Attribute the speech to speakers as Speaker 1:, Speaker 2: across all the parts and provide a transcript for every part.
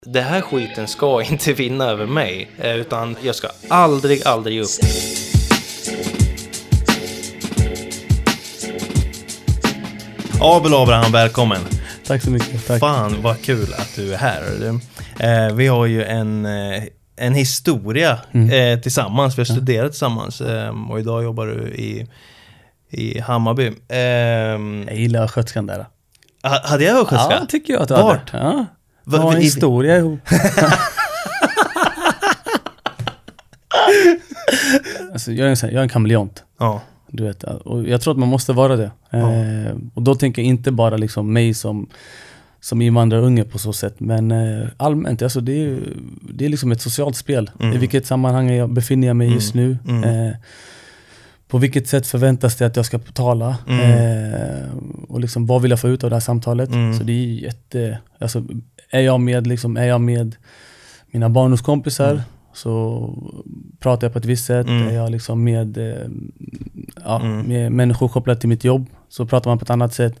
Speaker 1: Det här skiten ska inte vinna över mig, utan jag ska aldrig ge upp. Abel Abraham, välkommen.
Speaker 2: Tack så mycket. Tack.
Speaker 1: Fan vad kul att du är här. Vi har ju en historia tillsammans. Vi har studerat tillsammans och idag jobbar du i Hammarby.
Speaker 2: Jag gillar skötskan där.
Speaker 1: Hade jag skötska?
Speaker 2: Ja, tycker jag att du hade.
Speaker 1: Vart?
Speaker 2: Ja. Vi har en historia ihop. Alltså, jag är en kameleont.
Speaker 1: Ja.
Speaker 2: Du vet, och jag tror att man måste vara det. Och då tänker jag inte bara liksom mig som invandrarunge på så sätt, men allmänt, alltså det är liksom ett socialt spel. I vilket sammanhang befinner jag mig just nu? På vilket sätt förväntas det att jag ska tala? Och liksom, vad vill jag få ut av det här samtalet? Så det är alltså, är jag med mina barndomskompisar, så pratar jag på ett visst sätt. Är jag liksom med människor kopplat till mitt jobb, så pratar man på ett annat sätt.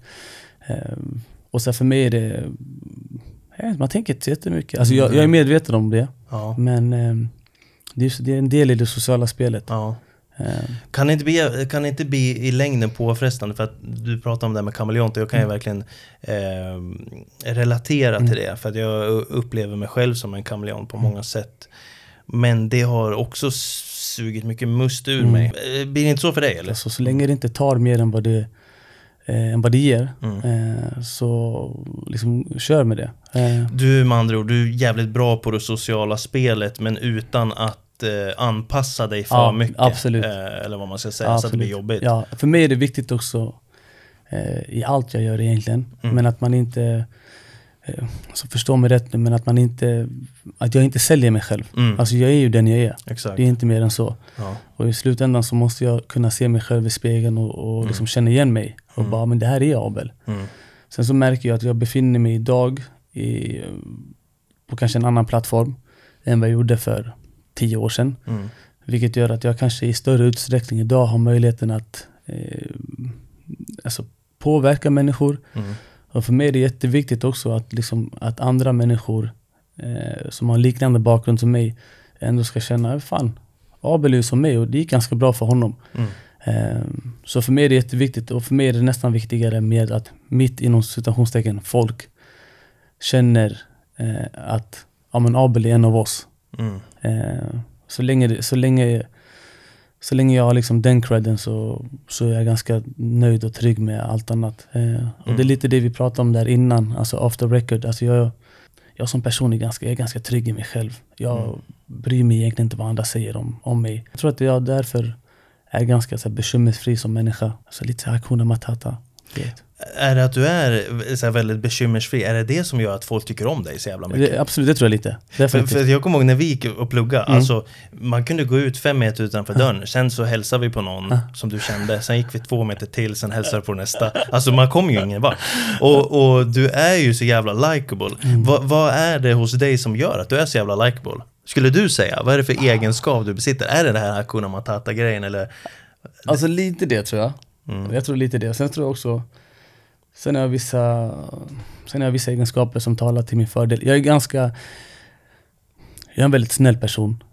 Speaker 2: Och så för mig är det, man tänker inte jättemycket. Alltså jag är medveten om det, men det är en del i det sociala spelet.
Speaker 1: Ja. Kan det inte bli i längden påfrestande, för att du pratar om det här med kameleont, och jag kan ju verkligen relatera till det, för att jag upplever mig själv som en kameleont på många sätt, men det har också sugit mycket must ur mig. Blir det inte så för dig, eller?
Speaker 2: Alltså, så länge det inte tar mer än vad det ger, så liksom kör med det.
Speaker 1: Du, med andra ord, du är jävligt bra på det sociala spelet, men utan att anpassa dig för mycket.
Speaker 2: Absolut.
Speaker 1: Eller vad man ska säga, så att det blir jobbigt.
Speaker 2: Ja, för mig är det viktigt också i allt jag gör egentligen, men att man inte, så förstå mig rätt nu, men att jag inte säljer mig själv. Alltså jag är ju den jag är.
Speaker 1: Exakt.
Speaker 2: Det är inte mer än så. Ja. Och i slutändan så måste jag kunna se mig själv i spegeln och liksom känna igen mig. Och bara, men det här är Abel. Sen så märker jag att jag befinner mig idag på kanske en annan plattform än vad jag gjorde för 10 år sedan. Vilket gör att jag kanske i större utsträckning idag har möjligheten att alltså påverka människor. Och för mig är det jätteviktigt också att andra människor som har liknande bakgrund som mig ändå ska känna, fan, Abel är ju som mig och det är ganska bra för honom. Så för mig är det jätteviktigt, och för mig är det nästan viktigare med att mitt inom citationstecken folk känner att Abel är en av oss. Så länge jag har liksom den credden, så är jag ganska nöjd och trygg med allt annat. Och det är lite det vi pratade om där innan, alltså off the record. Alltså jag som person är ganska trygg i mig själv. Jag bryr mig egentligen inte vad andra säger om mig. Jag tror att jag därför är ganska så här bekymmersfri som människa. Alltså lite så här Hakuna Matata.
Speaker 1: Är det att du är så här väldigt bekymmersfri? Är det som gör att folk tycker om dig så jävla mycket?
Speaker 2: Absolut, det tror jag lite.
Speaker 1: För jag kommer ihåg när vi gick och plugga, alltså man kunde gå ut 5 meter utanför dörren, sen så hälsade vi på någon som du kände, sen gick vi 2 meter till, sen hälsade vi på nästa. Alltså man kommer ju ingen vart. Och du är ju så jävla likeable. Vad är det hos dig som gör att du är så jävla likeable? Skulle du säga, vad är det för egenskap du besitter? Är det här Hakuna Matata-grejen, eller?
Speaker 2: Alltså lite det tror jag. Jag tror lite det. Sen tror jag också, sen har jag vissa egenskaper som talar till min fördel. Jag är en väldigt snäll person.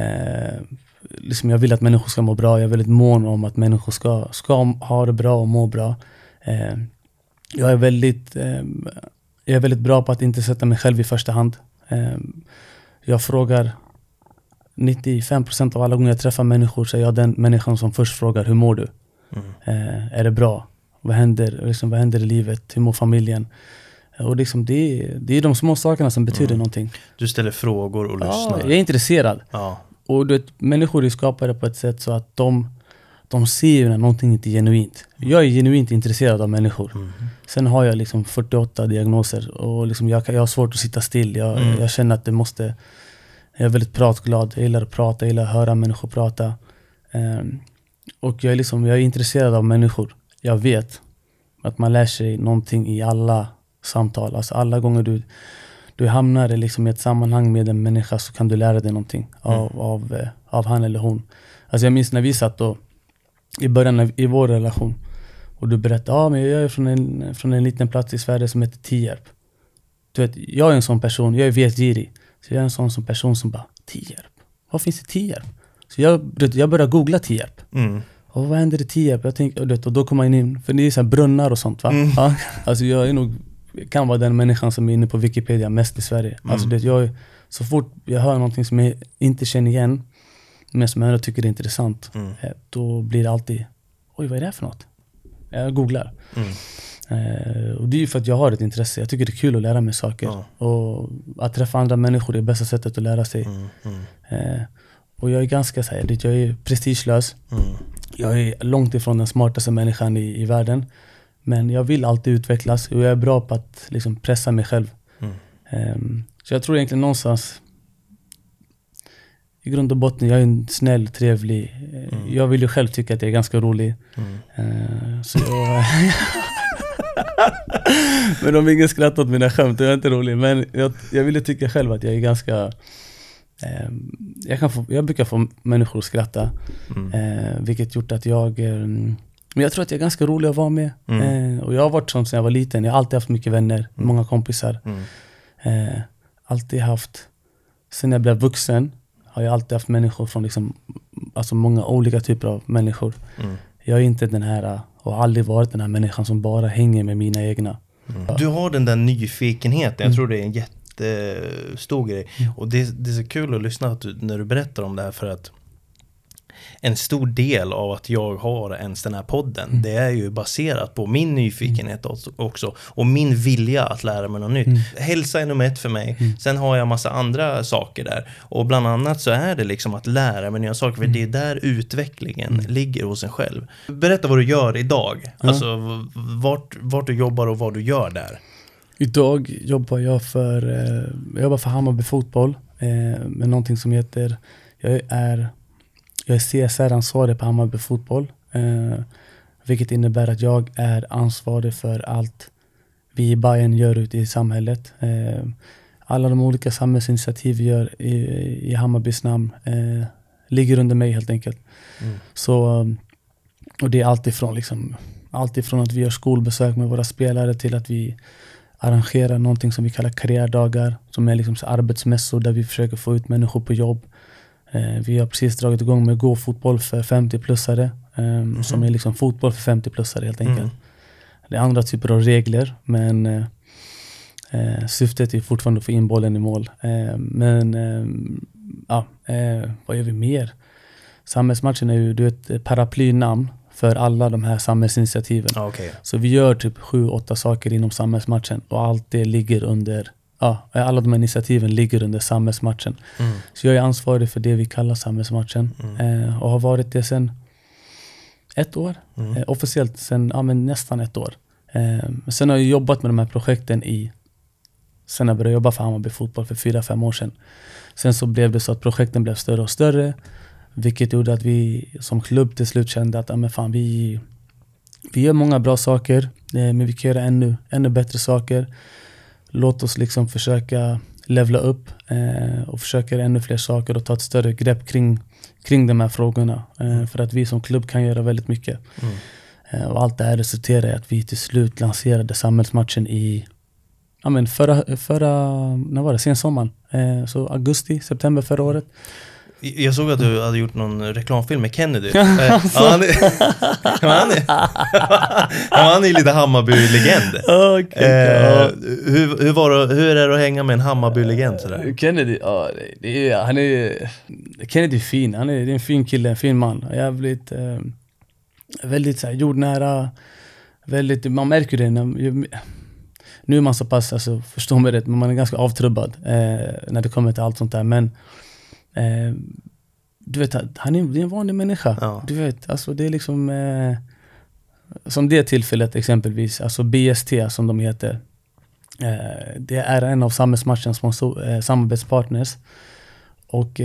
Speaker 2: Liksom jag vill att människor ska må bra. Jag är väldigt mån om att människor ska ha det bra och må bra. Jag är väldigt bra på att inte sätta mig själv i första hand. Jag frågar 95% av alla gånger jag träffar människor, så är jag den människan som först frågar, hur mår du? Är det bra? Vad händer i livet? Hur mår familjen? Och liksom det är de små sakerna som betyder någonting. Du
Speaker 1: ställer frågor och lyssnar.
Speaker 2: Jag är intresserad. Och du vet, människor är skapade på ett sätt så att de ser ju när någonting inte är genuint. Jag är genuint intresserad av människor. Sen har jag liksom 48 diagnoser och liksom jag har svårt att sitta still. Jag känner att jag är väldigt pratglad. Jag gillar att prata, jag gillar att höra människor prata. Och jag är intresserad av människor. Jag vet att man lär sig någonting i alla samtal. Alltså alla gånger du hamnar liksom i ett sammanhang med en människa, så kan du lära dig någonting av han eller hon. Alltså jag minns när vi satt då i början i vår relation, och du berättade, men jag är från en liten plats i Sverige som heter Tierp. du vet, jag är en sån person, jag är vetgirig. Så jag är en sån person som bara, Tierp. Vad finns i Tierp? Så jag började googla Tierp. Och vad händer i Tierp? Jag tänkte, och då kommer man in, för det är så här brunnar och sånt va? Ja. Alltså jag kan vara den människan som är inne på Wikipedia mest i Sverige. Alltså så fort jag hör någonting som jag inte känner igen, men som jag ändå tycker är intressant, då blir det alltid, oj vad är det här för något? Jag googlar. Och det är ju för att jag har ett intresse. Jag tycker det är kul att lära mig saker. Och att träffa andra människor är det bästa sättet att lära sig. Och jag är ganska så här, jag är prestigelös. Jag är långt ifrån den smartaste människan i världen. Men jag vill alltid utvecklas och jag är bra på att liksom pressa mig själv. Så jag tror egentligen någonstans i grund och botten, jag är en snäll, trevlig. Jag vill ju själv tycka att jag är ganska rolig. Så men om ingen skrattar åt mina skämt, jag är inte rolig. Men jag vill ju tycka själv att jag är ganska... jag brukar få människor att skratta. Vilket gjort att men jag tror att jag är ganska rolig att vara med. Och jag har varit sån sedan jag var liten. Jag har alltid haft mycket vänner, många kompisar. Alltid haft... Sen jag blev vuxen har jag alltid haft människor från liksom, alltså många olika typer av människor. Jag är inte den här, och har aldrig varit den här människan som bara hänger med mina egna.
Speaker 1: Du har den där nyfikenheten, jag tror det är en jättestor grej. Och det är så kul att lyssna när du berättar om det här, för att en stor del av att jag har ens den här podden, det är ju baserat på min nyfikenhet också, och min vilja att lära mig något nytt. Hälsa är nummer 1 för mig. Sen har jag massa andra saker där, och bland annat så är det liksom att lära mig nya saker, för det är där utvecklingen ligger hos en själv. Berätta vad du gör idag, alltså vart du jobbar och vad du gör där.
Speaker 2: Idag jobbar jag för Hammarby fotboll med någonting som heter, jag är CSR-ansvarig på Hammarby fotboll, vilket innebär att jag är ansvarig för allt vi i Bayern gör ute i samhället. Alla de olika samhällsinitiativ vi gör i Hammarbys namn ligger under mig helt enkelt. Så, och det är allt ifrån att vi gör skolbesök med våra spelare till att vi arrangerar någonting som vi kallar karriärdagar, som är liksom så arbetsmässor där vi försöker få ut människor på jobb. Vi har precis dragit igång med gå-fotboll för 50-plussare, som är liksom fotboll för 50-plussare helt enkelt. Det är andra typer av regler, men syftet är fortfarande att få in bollen i mål. Vad gör vi mer? Samhällsmatchen är ju ett paraplynamn för alla de här samhällsinitiativen.
Speaker 1: Okay.
Speaker 2: Så vi gör typ 7-8 saker inom samhällsmatchen, och allt det ligger under... alla de här initiativen ligger under samhällsmatchen. Så jag är ansvarig för det vi kallar samhällsmatchen. Och har varit det sedan 1 år. Officiellt sedan nästan 1 år. Sen har jag jobbat med de här projekten sen jag började jobba för Hammarby fotboll för 4-5 år sedan. Sen så blev det så att projekten blev större och större, vilket gjorde att vi som klubb till slut kände att vi gör många bra saker, men vi kan göra ännu bättre saker. Låt oss liksom försöka levla upp och försöka ännu fler saker och ta ett större grepp kring de här frågorna. För att vi som klubb kan göra väldigt mycket. Och allt det här resulterar i att vi till slut lanserade samhällsmatchen i sen sommaren. Så september förra året.
Speaker 1: Jag såg att du hade gjort någon reklamfilm med Kennedy. Han är lite Hammarby-legend. Hur är det att hänga med en Hammarby-legend sådär?
Speaker 2: Kennedy, Kennedy är fin. Det är en fin kille, en fin man. Jävligt, väldigt så här, jordnära. Väldigt, man märker det nu är man så pass, alltså, förstår mig rätt, men man är ganska avtrubbad när det kommer till allt sånt där. Men du vet, han är en vanlig människa. Ja. Du vet, alltså det är liksom som det tillfället exempelvis, alltså BST som de heter, det är en av samhällsmatchens samarbetspartners, och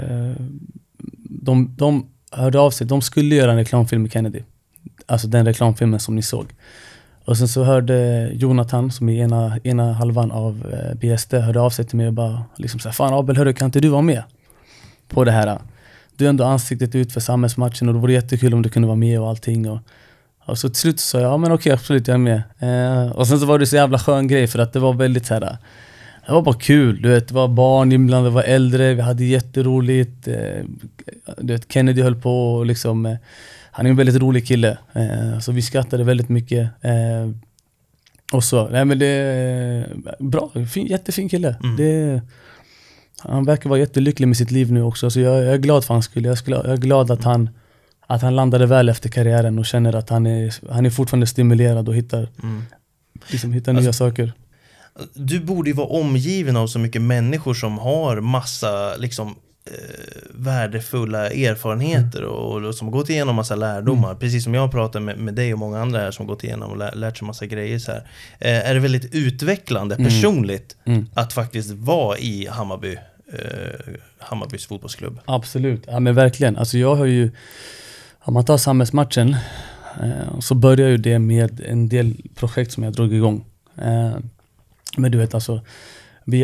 Speaker 2: de hörde av sig, de skulle göra en reklamfilm med Kennedy, alltså den reklamfilmen som ni såg. Och sen så hörde Jonathan, som är ena halvan av BST, hörde av sig till mig och bara liksom så här, fan Abel, hörru, kan inte du vara med på det här? Du är ändå ansiktet ut för samhällsmatchen, och det vore jättekul om du kunde vara med och allting. Och Och så till slut sa jag, ja men okej, absolut, jag är med. Och sen så var det så jävla skön grej för att det var väldigt så här. Det var bara kul, du vet, det var barn ibland, det var äldre, vi hade jätteroligt. Du vet, Kennedy höll på och liksom, han är en väldigt rolig kille. Så vi skrattade väldigt mycket. Och så, nej men det är bra, jättefin kille. Han verkar vara jättelycklig med sitt liv nu också, så jag är glad för hans skull. Jag är glad att han landade väl efter karriären och känner att han är fortfarande stimulerad och hittar nya saker.
Speaker 1: Du borde ju vara omgiven av så mycket människor som har massa liksom värdefulla erfarenheter och som har gått igenom massa lärdomar. Precis som jag pratar med dig och många andra här som har gått igenom och lärt sig massa grejer så här. Är det väldigt utvecklande personligt att faktiskt vara i Hammarbys fotbollsklubb?
Speaker 2: Absolut, ja men verkligen. Alltså jag har ju, om man tar samhällsmatchen så börjar ju det med en del projekt som jag drog igång. Men du vet alltså, vi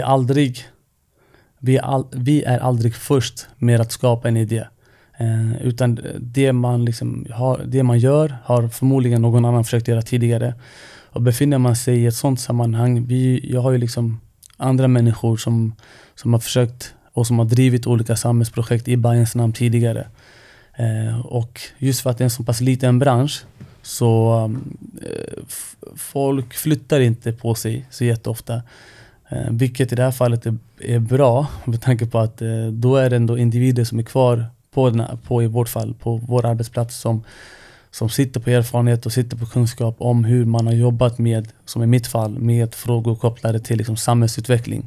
Speaker 2: är aldrig först med att skapa en idé. Utan det man gör har förmodligen någon annan försökt göra tidigare. Och befinner man sig i ett sånt sammanhang, jag har ju liksom andra människor som har försökt och som har drivit olika samhällsprojekt i Bayerns namn tidigare. Och just för att det är en så pass liten bransch så folk flyttar inte på sig så jätteofta. Vilket i det här fallet är bra med tanke på att då är det ändå individer som är kvar på i vårt fall, på vår arbetsplats som sitter på erfarenhet och sitter på kunskap om hur man har jobbat med, som i mitt fall, med frågor kopplade till liksom samhällsutveckling.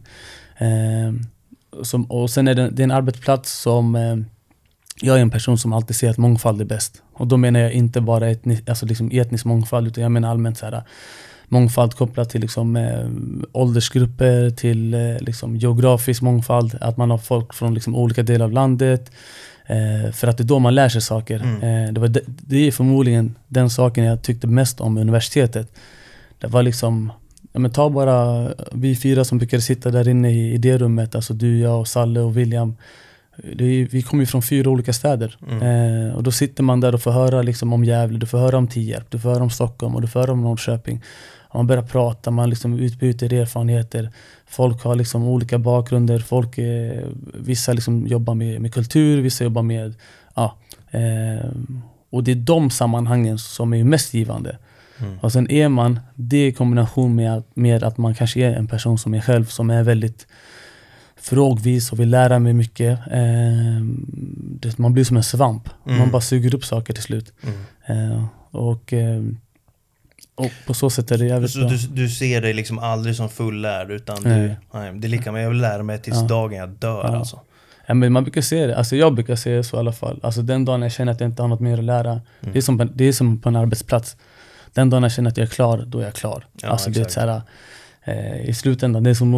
Speaker 2: Och sen är det en arbetsplats som jag är en person som alltid ser att mångfald är bäst. Och då menar jag inte bara etnisk mångfald, utan jag menar allmänt så här, mångfald kopplat till liksom, åldersgrupper, till liksom, geografisk mångfald, att man har folk från liksom, olika delar av landet, för att det är då man lär sig saker. Det är förmodligen den saken jag tyckte mest om universitetet. Det var liksom, ta bara vi 4 som brukade sitta där inne i det rummet, alltså du, jag och Salle och William. Vi kommer ju från 4 olika städer. Och då sitter man där och får höra liksom om Gävle, du får höra om Tierp, du får höra om Stockholm och du får höra om Norrköping. Och man börjar prata, man liksom utbyter erfarenheter. Folk har liksom olika bakgrunder. Vissa liksom jobbar med kultur, vissa jobbar med och det är de sammanhangen som är mest givande. Och sen är man det i kombination med att man kanske är en person som är själv, som är väldigt frågvis och vill lära mig mycket. Man blir som en svamp. Man bara suger upp saker till slut. Och på så sätt är det jävligt bra.
Speaker 1: Du ser dig liksom aldrig som fullärd, utan det är lika med jag vill lära mig tills dagen jag dör. Alltså.
Speaker 2: Ja, men man brukar se det. Alltså jag brukar se det så i alla fall. Alltså den dagen jag känner att jag inte har något mer att lära. Det är som på en arbetsplats. Den dagen jag känner att jag är klar, då är jag klar.
Speaker 1: Ja,
Speaker 2: alltså det är så här, i slutändan,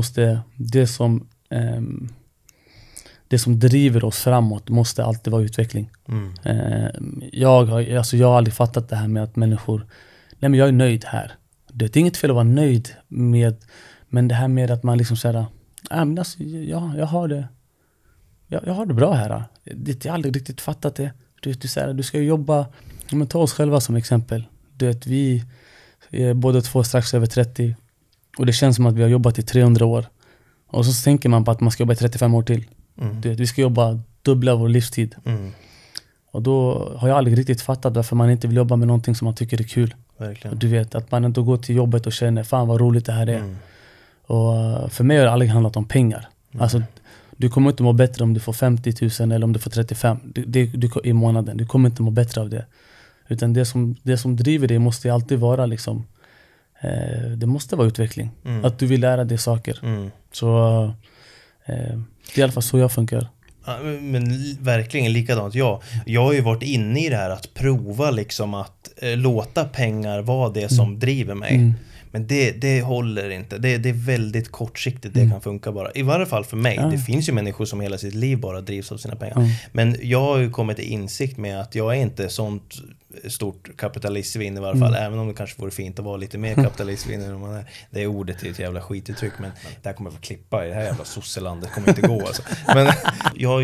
Speaker 2: det som driver oss framåt måste alltid vara utveckling. Jag har aldrig fattat det här med att människor, nej men jag är nöjd här. Det är inget fel att vara nöjd med, men det här med att man liksom säger, men alltså, jag har det bra här. Jag har aldrig riktigt fattat det. Du ska ju jobba, men ta oss själva som exempel. Vi är båda 2 strax över 30 och det känns som att vi har jobbat i 300 år. Och så tänker man på att man ska jobba i 35 år till. Vi ska jobba dubbla vår livstid. Och då har jag aldrig riktigt fattat varför man inte vill jobba med någonting som man tycker är kul.
Speaker 1: Verkligen.
Speaker 2: Och du vet, att man inte går till jobbet och känner, fan vad roligt det här är. Och för mig har det aldrig handlat om pengar. Alltså, du kommer inte må bättre om du får 50 000 eller om du får 35 i månaden. Du kommer inte må bättre av det. Utan det som driver dig måste alltid vara liksom, det måste vara utveckling. Att du vill lära dig saker. Så det är i alla fall så jag funkar.
Speaker 1: Ja, men verkligen likadant. Jag har ju varit inne i det här att prova liksom att låta pengar vara det som driver mig. Men det håller inte. Det är väldigt kortsiktigt. Det kan funka bara. I varje fall för mig. Det finns ju människor som hela sitt liv bara drivs av sina pengar. Men jag har ju kommit till insikt med att jag är inte sånt stort kapitalistvinn i varje fall. Även om det kanske vore fint att vara lite mer kapitalistvinn än man är. Det är ordet till ett jävla skituttryck. Men det här kommer jag få klippa i det här jävla sosselandet. Det kommer inte gå alltså. Men jag har ju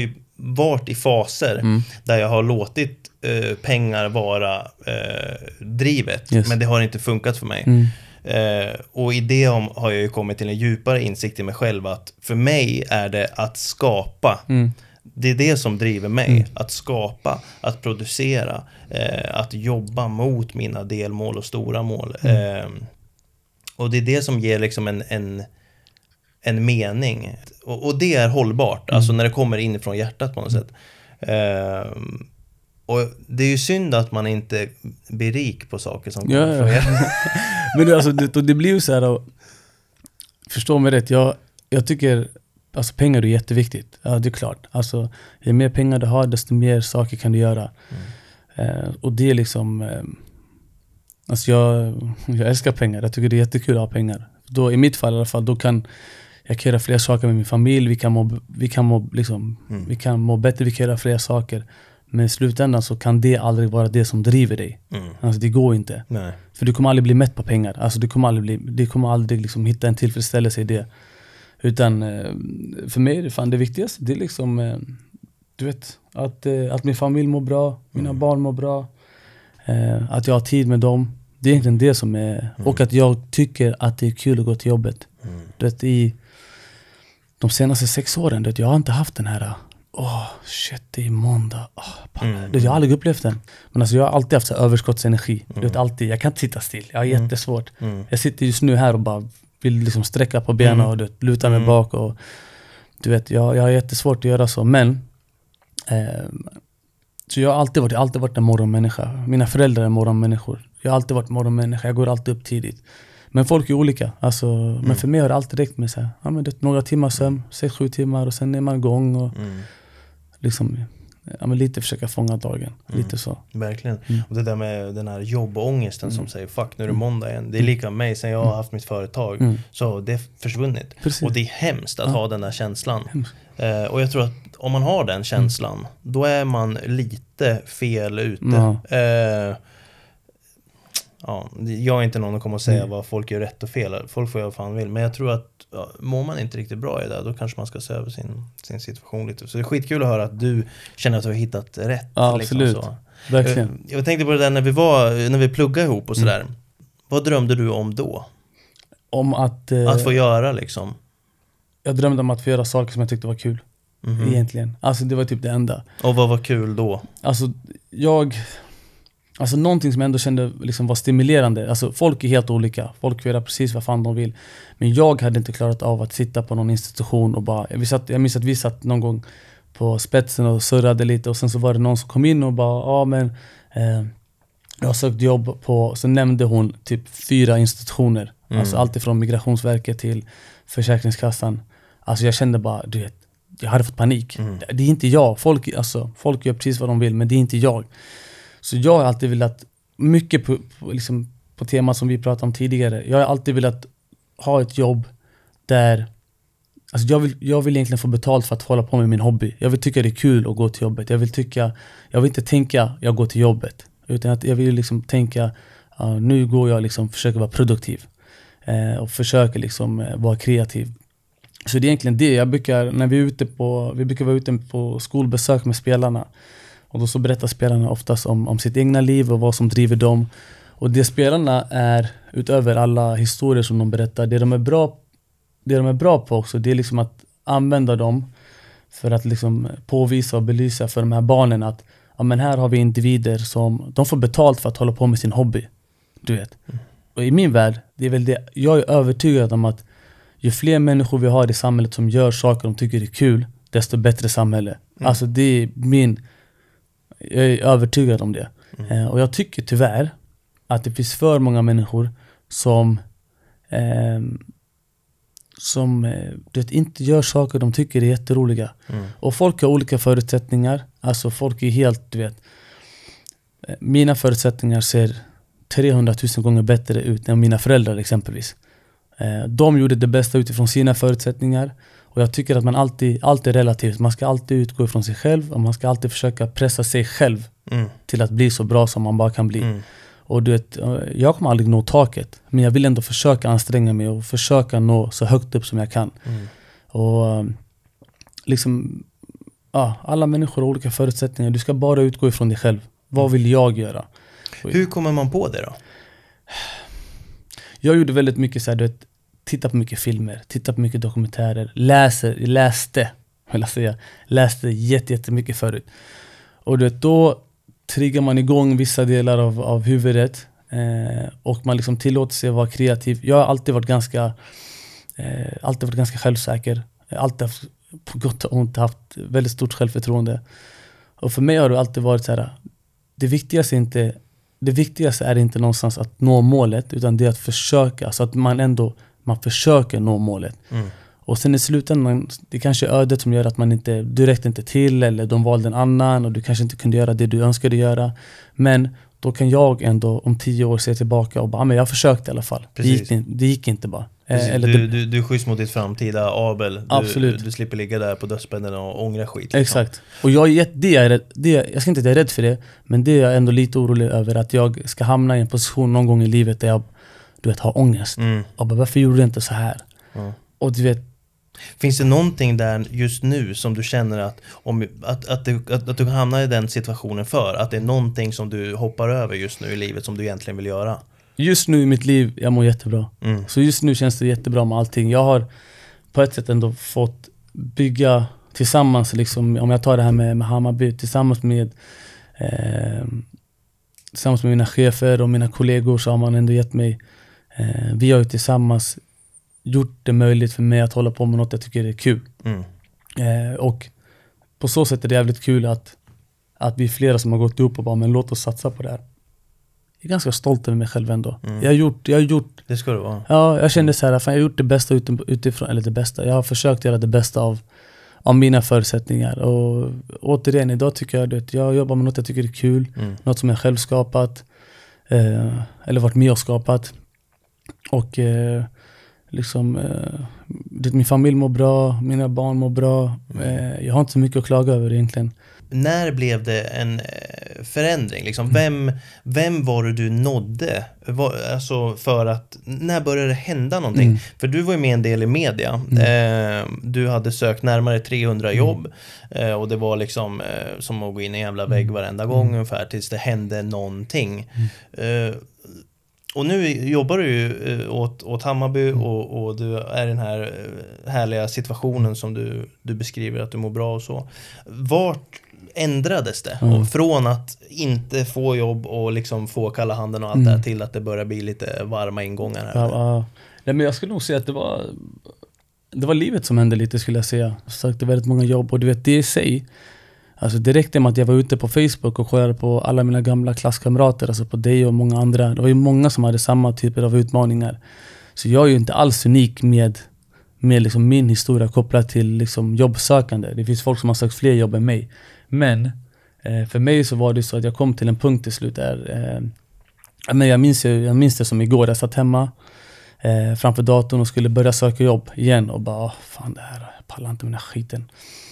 Speaker 1: varit i faser där jag har låtit pengar vara drivet.
Speaker 2: Yes.
Speaker 1: Men det har inte funkat för mig. Och i det har jag ju kommit till en djupare insikt i mig själv att för mig är det att skapa. Det är det som driver mig. Att skapa, att producera, att jobba mot mina delmål och stora mål. Och det är det som ger liksom en mening. Och det är hållbart. Alltså när det kommer in från hjärtat på något sätt. Och det är ju synd att man inte blir rik på saker som kommer från hjärtat.
Speaker 2: Men det blir ju så här. Förstå mig rätt. Jag tycker alltså pengar är jätteviktigt. Ja, det är klart. Alltså ju mer pengar du har, desto mer saker kan du göra. Och det är liksom alltså jag älskar pengar. Jag tycker det är jättekul att ha pengar. Då, i mitt fall i alla fall, då kan jag göra fler saker med min familj. Vi kan må bättre, vi kan göra fler saker. Men i slutändan så kan det aldrig vara det som driver dig. Alltså det går inte.
Speaker 1: Nej.
Speaker 2: För du kommer aldrig bli mätt på pengar. Alltså du kommer aldrig liksom hitta en tillfredsställelse i det. Utan för mig är det fan det viktigaste. Det är liksom du vet att min familj mår bra, mina barn mår bra, att jag har tid med dem. Det är egentligen det som är och att jag tycker att det är kul att gå till jobbet. Du vet, i de senaste 6 åren, du vet, jag har inte haft den här shit, det är måndag. Jag har aldrig upplevt den. Men alltså jag har alltid haft så överskottsenergi. Du vet, alltid, jag kan inte sitta still. Jag har jättesvårt. Jag sitter just nu här och bara vill liksom sträcka på benen och luta mig bak. Och, du vet, jag har jättesvårt att göra så. Men så jag har alltid varit en morgonmänniska. Mina föräldrar är morgonmänniskor. Jag har alltid varit morgonmänniska. Jag går alltid upp tidigt. Men folk är olika. Alltså, men för mig har det alltid räckt med så här, några timmar sömn, 6-7 timmar och sen är man igång och liksom lite försöka fånga dagen. Lite så.
Speaker 1: Verkligen. Och det där med den här jobbångesten som säger fuck, nu är det måndag igen. Det är lika med mig sen jag har haft mitt företag. Så det är försvunnit.
Speaker 2: Precis.
Speaker 1: Och det är hemskt att ha den där känslan. Och jag tror att om man har den känslan, då är man lite fel ute. Jag är inte någon att komma och säga vad folk gör rätt och fel. Folk får göra vad fan vill. Men jag tror att mår man inte riktigt bra i det, då kanske man ska se över sin situation lite. Så det är skitkul att höra att du känner att du har hittat rätt.
Speaker 2: Ja, absolut.
Speaker 1: Liksom så.
Speaker 2: Verkligen.
Speaker 1: Jag tänkte på det där när vi pluggade ihop och sådär. Vad drömde du om då?
Speaker 2: Om att
Speaker 1: få göra liksom.
Speaker 2: Jag drömde om att få göra saker som jag tyckte var kul. Egentligen. Alltså det var typ det enda.
Speaker 1: Och vad var kul då?
Speaker 2: Alltså någonting som jag ändå kände liksom var stimulerande. Alltså folk är helt olika. Folk vill göra precis vad fan de vill. Men jag hade inte klarat av att sitta på någon institution och bara... Jag minns att vi satt någon gång på spetsen och surrade lite. Och sen så var det någon som kom in och bara... jag har sökt jobb på... Så nämnde hon typ 4 institutioner. Alltså allt ifrån Migrationsverket till Försäkringskassan. Alltså jag kände bara, du vet... Jag hade fått panik. Det är inte jag. Folk gör precis vad de vill, men det är inte jag. Så jag har alltid velat, mycket på temat som vi pratade om tidigare, jag har alltid velat ha ett jobb där, alltså jag vill egentligen få betalt för att hålla på med min hobby. Jag vill tycka det är kul att gå till jobbet. Jag vill inte tänka jag går till jobbet, utan att jag vill liksom tänka nu går jag liksom, försöker vara produktiv och försöker liksom vara kreativ. Så det är egentligen det. Jag brukar, när vi brukar vara ute på skolbesök med spelarna. Och då så berättar spelarna oftast om sitt egna liv och vad som driver dem. Och det spelarna är, utöver alla historier som de berättar, det de är bra på också, det är liksom att använda dem för att liksom påvisa och belysa för de här barnen att men här har vi individer som de får betalt för att hålla på med sin hobby. Du vet. Och i min värld, det är väl det, jag är övertygad om att ju fler människor vi har i samhället som gör saker de tycker är kul, desto bättre samhälle. Alltså det är jag är övertygad om det. Och jag tycker tyvärr att det finns för många människor som inte gör saker de tycker är jätteroliga. Och folk har olika förutsättningar. Alltså folk är helt, du vet, mina förutsättningar ser 300 000 gånger bättre ut än mina föräldrar exempelvis. De gjorde det bästa utifrån sina förutsättningar. Och jag tycker att man alltid är relativt. Man ska alltid utgå ifrån sig själv. Och man ska alltid försöka pressa sig själv till att bli så bra som man bara kan bli. Och du vet, jag kommer aldrig nå taket. Men jag vill ändå försöka anstränga mig och försöka nå så högt upp som jag kan. Och liksom, alla människor har olika förutsättningar. Du ska bara utgå ifrån dig själv. Vad vill jag göra?
Speaker 1: Hur kommer man på det då?
Speaker 2: Jag gjorde väldigt mycket så här, du vet, titta på mycket filmer, titta på mycket dokumentärer, läste jättemycket förut. Och du vet, då triggar man igång vissa delar av huvudet och man liksom tillåter sig att vara kreativ. Jag har alltid varit ganska självsäker. Alltid haft, på gott och ont, haft väldigt stort självförtroende. Och för mig har det alltid varit så här, det viktigaste är inte någonstans att nå målet, utan det är att försöka, så att man försöker nå målet. Och sen i slutändan, det kanske är ödet som gör att du räckte inte till, eller de valde en annan och du kanske inte kunde göra det du önskade göra. Men då kan jag ändå om 10 år se tillbaka och bara, men jag försökte i alla fall. Det gick inte bara.
Speaker 1: Du är schysst mot ditt framtida Abel.
Speaker 2: Absolut.
Speaker 1: Du slipper ligga där på dödsbädden och ångra skit.
Speaker 2: Liksom. Exakt. Och jag ska inte vara rädd för det, men det är jag ändå lite orolig över, att jag ska hamna i en position någon gång i livet där jag, du vet, har ångest. Och bara, varför gjorde du inte så här? Och du vet,
Speaker 1: finns det någonting där just nu som du känner att du kan hamna i den situationen för? Att det är någonting som du hoppar över just nu i livet som du egentligen vill göra?
Speaker 2: Just nu i mitt liv, jag mår jättebra. Så just nu känns det jättebra med allting. Jag har på ett sätt ändå fått bygga tillsammans, liksom, om jag tar det här med Hammarby, tillsammans med mina chefer och mina kollegor, så har man ändå gett mig, vi har ju tillsammans gjort det möjligt för mig att hålla på med något jag tycker är kul. Och på så sätt är det jävligt kul att vi är flera som har gått upp och bara, men låt oss satsa på det här. Jag är ganska stolt över mig själv ändå. Jag har gjort
Speaker 1: det ska du vara.
Speaker 2: Ja, jag kände så här, fan, jag har gjort det bästa utifrån, eller det bästa. Jag har försökt göra det bästa av mina förutsättningar. Och återigen, idag tycker jag att jag jobbar med något jag tycker är kul. Något som jag själv skapat. Eller varit med och skapat. Och min familj mår bra, mina barn mår bra. Jag har inte så mycket att klaga över egentligen.
Speaker 1: När blev det en förändring? Liksom, vem var det du nådde? Alltså för att, när började det hända någonting? För du var ju med en del i media. Du hade sökt närmare 300 jobb. Och det var liksom som att gå in i en jävla vägg varenda gång ungefär, tills det hände någonting. Och nu jobbar du ju åt Hammarby och du är i den här härliga situationen som du beskriver, att du mår bra och så. Vart ändrades det? Och från att inte få jobb och liksom få kalla handen och allt det här, till att det börjar bli lite varma ingångar här?
Speaker 2: Nej, men jag skulle nog säga att det var livet som hände lite, skulle jag säga. Jag sökte väldigt många jobb och du vet, det i sig, alltså det räckte med att jag var ute på Facebook och kollade på alla mina gamla klasskamrater, alltså på dig och många andra. Det var ju många som hade samma typer av utmaningar. Så jag är ju inte alls unik med liksom min historia kopplad till liksom jobbsökande. Det finns folk som har sökt fler jobb än mig. Men för mig så var det så att jag kom till en punkt till slut där. Men jag minns det som igår. Jag satt hemma framför datorn och skulle börja söka jobb igen. Och bara, fan det här, jag pallar inte med den här skiten.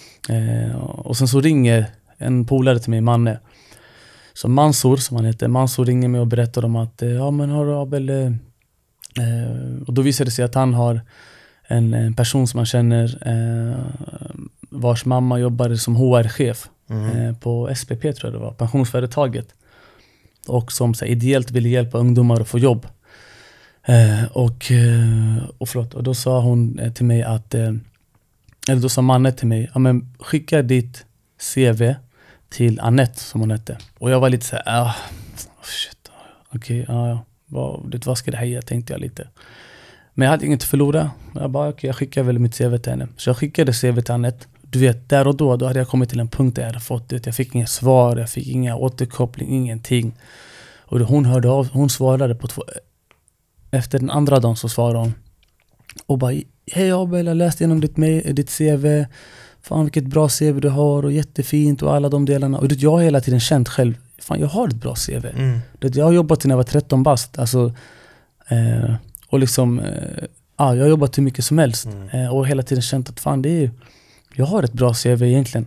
Speaker 2: Och sen så ringer en polare till mig, Manne. Så Mansour, som han heter. Mansour ringer mig och berättar om att ja men har du Abel... och då visade det sig att han har en person som han känner vars mamma jobbade som HR-chef på SPP, tror jag det var, pensionsföretaget, och som så ideellt ville hjälpa ungdomar att få jobb. Och då sa hon till mig att eller då sa Manne till mig, ja men skicka ditt CV till Annette, som hon hette. Och jag var lite så här, shit, okej, vad ska det här ge, tänkte jag lite. Men jag hade inget att förlora. Jag bara, jag skickar väl mitt CV till henne. Så jag skickade CV till Annette. Du vet, där och då hade jag kommit till en punkt där jag hade fått det. Jag fick inga svar, jag fick inga återkoppling, ingenting. Och då hon svarade på efter den andra dagen så svarade hon. Och bara, hej Abel, jag läste igenom ditt CV. Fan vilket bra CV du har och jättefint och alla de delarna. Och jag har hela tiden känt själv, fan jag har ett bra CV. Jag har jobbat när jag var 13 bast. Alltså, och liksom, jag har jobbat hur mycket som helst. Och hela tiden känt att fan jag har ett bra CV egentligen.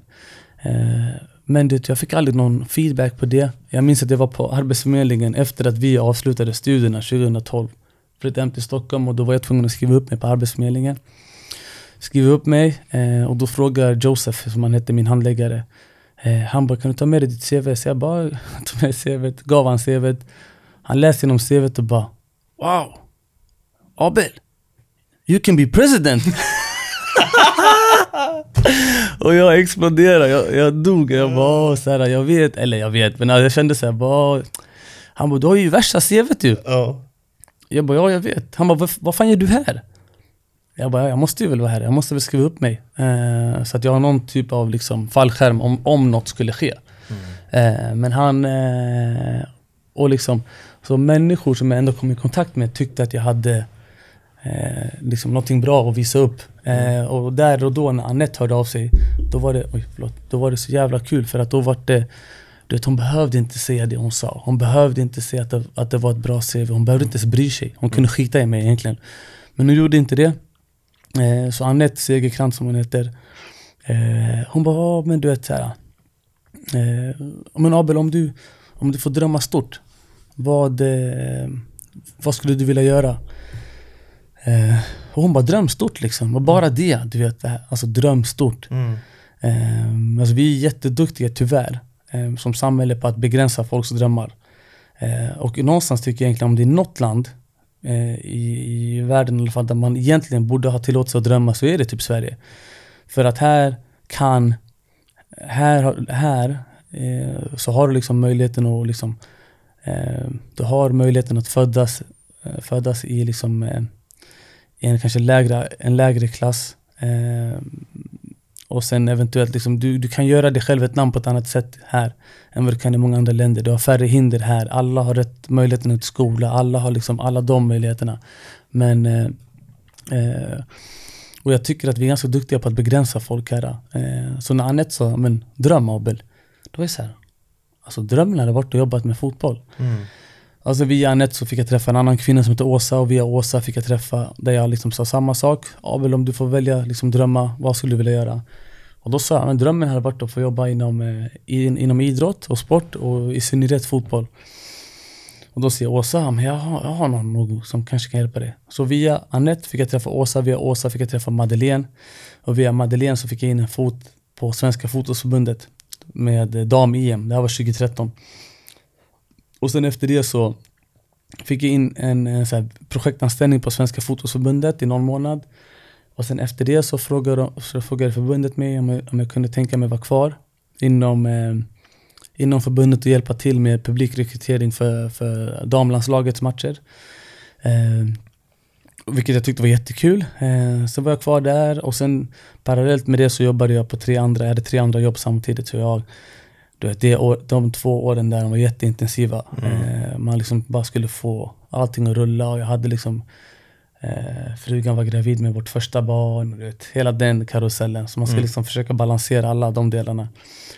Speaker 2: Men jag fick aldrig någon feedback på det. Jag minns att jag var på Arbetsförmedlingen efter att vi avslutade studierna 2012. Flyttade hem till Stockholm och då var jag tvungen att skriva upp mig på Arbetsförmedlingen. skriver upp mig och då frågar Joseph, som han hette, min handläggare, han bara, kan du ta med dig ditt CV? Så jag bara tog med CV:t, gav han CV:t. Han läste genom CV:t och bara, wow, Abel, you can be president. Och jag exploderade, jag dog. Jag bara, så här, jag vet, men jag kände så här, bara, han bara, du har ju värsta CV:t ju. Jag bara, ja, jag vet. Han bara, vad fan gör du här? Jag bara, jag måste ju väl vara här. Jag måste väl skriva upp mig. Så att jag har någon typ av liksom fallskärm om något skulle ske. Men han... och liksom... Så människor som jag ändå kom i kontakt med tyckte att jag hade liksom någonting bra att visa upp. Och där och då när Anette hörde av sig, då var det så jävla kul. För att då var det... Du vet, hon behövde inte säga det hon sa. Hon behövde inte säga att det var ett bra CV. Hon behövde inte bry sig. Hon kunde skita i mig egentligen. Men hon gjorde inte det. Så Anette Segerkrantz, som hon heter, hon bara, men du vet såhär, men Abel, om du får drömma stort, vad skulle du vilja göra? Och hon bara, dröm stort liksom. Och bara det, du vet, alltså dröm stort. Alltså vi är jätteduktiga tyvärr som samhälle på att begränsa folks drömmar. Och någonstans tycker jag egentligen, om det är något land i världen i alla fall där man egentligen borde ha tillåtelse att drömma, så är det typ Sverige. För att här så har du liksom möjligheten att liksom, du har möjligheten att födas i liksom i en kanske lägre klass, och sen eventuellt liksom, du kan göra dig själv ett namn på ett annat sätt här än vad du kan i många andra länder. Du har färre hinder här. Alla har rätt möjligheten till skola. Alla har liksom alla de möjligheterna. Men och jag tycker att vi är ganska duktiga på att begränsa folk här. Så när Anette sa, men dröm Abel, då är det så här, alltså drömmen hade varit att jobbat med fotboll. Alltså via Anette så fick jag träffa en annan kvinna som heter Åsa, och via Åsa fick jag träffa, där jag liksom sa samma sak. Abel, om du får välja liksom drömma, vad skulle du vilja göra? Och då sa jag, men drömmen hade varit att få jobba inom idrott och sport, och i synnerhet fotboll. Och då säger Åsa, men jag har någon som kanske kan hjälpa dig. Så via Anette fick jag träffa Åsa, via Åsa fick jag träffa Madeleine, och via Madeleine så fick jag in en fot på Svenska fotbollsförbundet med dam-EM. Det här var 2013. Och sen efter det så fick jag in en så här projektanställning på Svenska fotbollsförbundet i någon månad. Och sen efter det så frågade förbundet mig om jag kunde tänka mig vara kvar inom förbundet och hjälpa till med publikrekrytering för damlandslagets matcher. Vilket jag tyckte var jättekul. Så var jag kvar där, och sen parallellt med det så jobbade jag på jag hade 3 andra jobb samtidigt. Så de 2 åren där var jätteintensiva. Man liksom bara skulle få allting att rulla, och jag hade liksom frugan var gravid med vårt första barn, hela den karusellen, så man skulle liksom försöka balansera alla de delarna.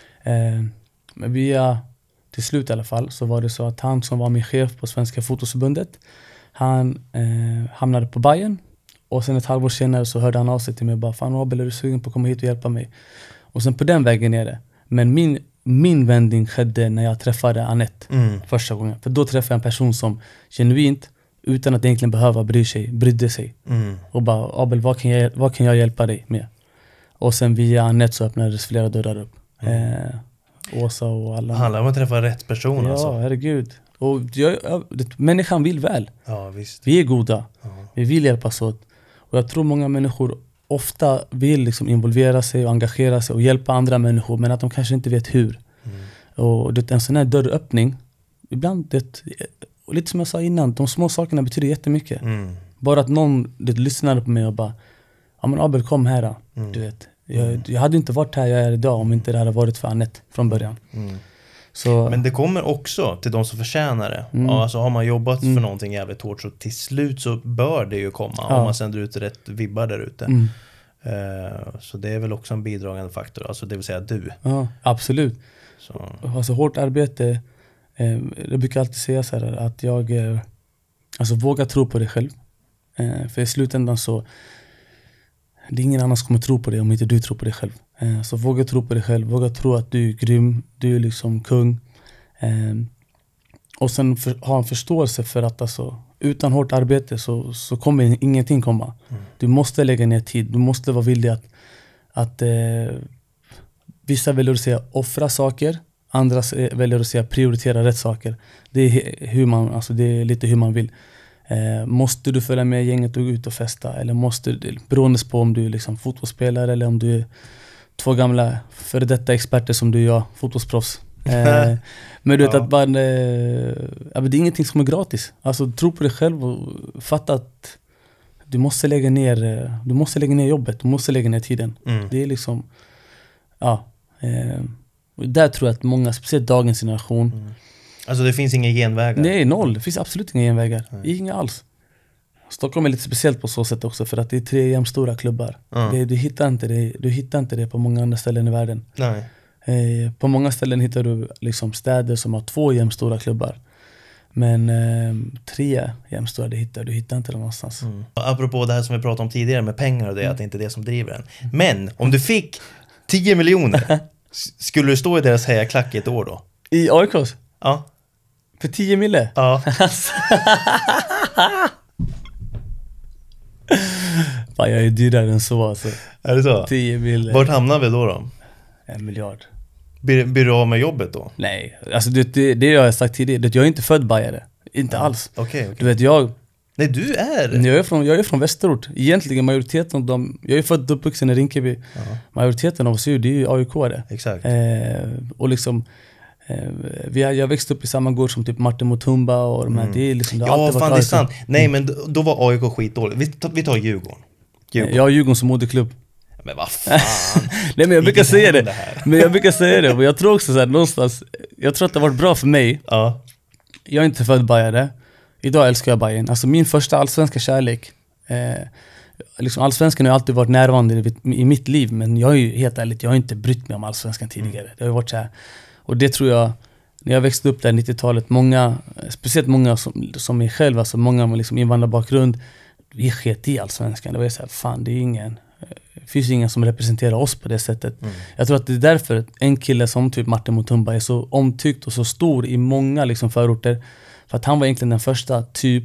Speaker 2: Men till slut i alla fall så var det så att han som var min chef på Svenska fotbollsförbundet, han hamnade på Bayern, och sen ett halvår senare så hörde han av sig till mig och bara, fan Abel, är du sugen på att komma hit och hjälpa mig? Och sen på den vägen är det. Men min vändning skedde när jag träffade Anette första gången. För då träffade jag en person som genuint, utan att egentligen behöva brydde sig. Och bara, Abel, vad kan jag hjälpa dig med? Och sen via Anette så öppnades flera dörrar upp. Åsa och alla. Handlar
Speaker 1: om att träffa rätt person.
Speaker 2: Ja,
Speaker 1: alltså.
Speaker 2: Herregud. Och människan vill väl.
Speaker 1: Ja, visst.
Speaker 2: Vi är goda. Vi vill hjälpas åt. Och jag tror många människor ofta vill liksom involvera sig och engagera sig och hjälpa andra människor, men att de kanske inte vet hur. Och en sån här dörröppning, ibland och lite som jag sa innan, de små sakerna betyder jättemycket. Bara att någon lyssnar på mig och bara, ja men Abel, kom här då. Du vet, jag hade inte varit här jag är idag om inte det hade varit för Anette från början. Så,
Speaker 1: men det kommer också till de som förtjänar det. Alltså har man jobbat för någonting jävligt hårt, så till slut så bör det ju komma. Om man sänder ut rätt vibbar där ute. Så det är väl också en bidragande faktor. Alltså det vill säga du.
Speaker 2: Ja, absolut. Så. Alltså hårt arbete. Jag brukar alltid säga så här att jag våga tro på dig själv. För i slutändan så det är ingen annan som kommer tro på dig om inte du tror på dig själv. Så våga tro på dig själv. Våga tro att du är grym. Du är liksom kung. Och sen ha en förståelse för att utan hårt arbete så kommer ingenting komma. Du måste lägga ner tid. Du måste vara villig att vissa väljer att säga offra saker. Andra väljer att säga prioritera rätt saker. Det är det är lite hur man vill. Måste du följa med gänget och gå ut och festa? Eller beroende på om du är liksom fotbollsspelare eller om du är 2 gamla före detta experter som du och jag, fotbollsproffs. Men du vet att det är ingenting som är gratis. Alltså tro på dig själv och fatta att du måste lägga ner jobbet, du måste lägga ner tiden. Det är liksom där tror jag att många, speciellt dagens generation.
Speaker 1: Alltså det finns inga genvägar?
Speaker 2: Nej, noll. Det finns absolut inga genvägar. Inga alls. Stockholm är lite speciellt på så sätt också för att det är 3 jämnstora klubbar. Du hittar inte det på många andra ställen i världen.
Speaker 1: Nej.
Speaker 2: På många ställen hittar du liksom städer som har 2 jämnstora klubbar. Men 3 jämnstora, du hittar inte det någonstans.
Speaker 1: Apropå det här som vi pratade om tidigare med pengar och det, att det inte är det som driver en. Men om du fick 10 miljoner, skulle du stå i deras hejaklack i ett år då?
Speaker 2: I AIKs?
Speaker 1: Ja.
Speaker 2: För 10 mille?
Speaker 1: Ja.
Speaker 2: Fan, jag är dyrare än så alltså.
Speaker 1: Är det så?
Speaker 2: 10 mille.
Speaker 1: Vart hamnar vi då?
Speaker 2: 1 miljard.
Speaker 1: Blir du av med jobbet då?
Speaker 2: Nej, alltså det jag har sagt tidigare. Jag är inte född bajare. Inte alls.
Speaker 1: Okay.
Speaker 2: Du vet,
Speaker 1: Nej, du är...
Speaker 2: Jag är från Västerort. Egentligen majoriteten av dem... Jag är född och uppvuxen i Rinkeby. Majoriteten av oss det är ju AIK-are.
Speaker 1: Exakt.
Speaker 2: Och liksom... jag växte upp i samma gård som typ Martin Mutumba och de här. Det är liksom...
Speaker 1: Ja, fan det är sant. Nej, men då var AIK skitdåligt. Vi tar Djurgården.
Speaker 2: Jag har Djurgården som moderklubb.
Speaker 1: Men vad fan.
Speaker 2: Nej, men jag brukar säga det. Och jag tror också så här, någonstans... Jag tror att det har varit bra för mig.
Speaker 1: Ja.
Speaker 2: Jag är inte född bajare. Idag älskar jag Bayern. Alltså min första allsvenska kärlek. Liksom allsvenskan har alltid varit närvarande i mitt liv. Men jag är ju helt ärligt, jag har inte brytt mig om allsvenskan tidigare. Det har varit så här. Och det tror jag, när jag växte upp där 90-talet, speciellt många som mig själv, alltså många med liksom invandrarbakgrund, vi sket i allsvenskan. Det var så här, fan det finns ingen som representerar oss på det sättet. Jag tror att det är därför en kille som typ Martin Mutumba är så omtyckt och så stor i många liksom förorter. För att han var egentligen den första typ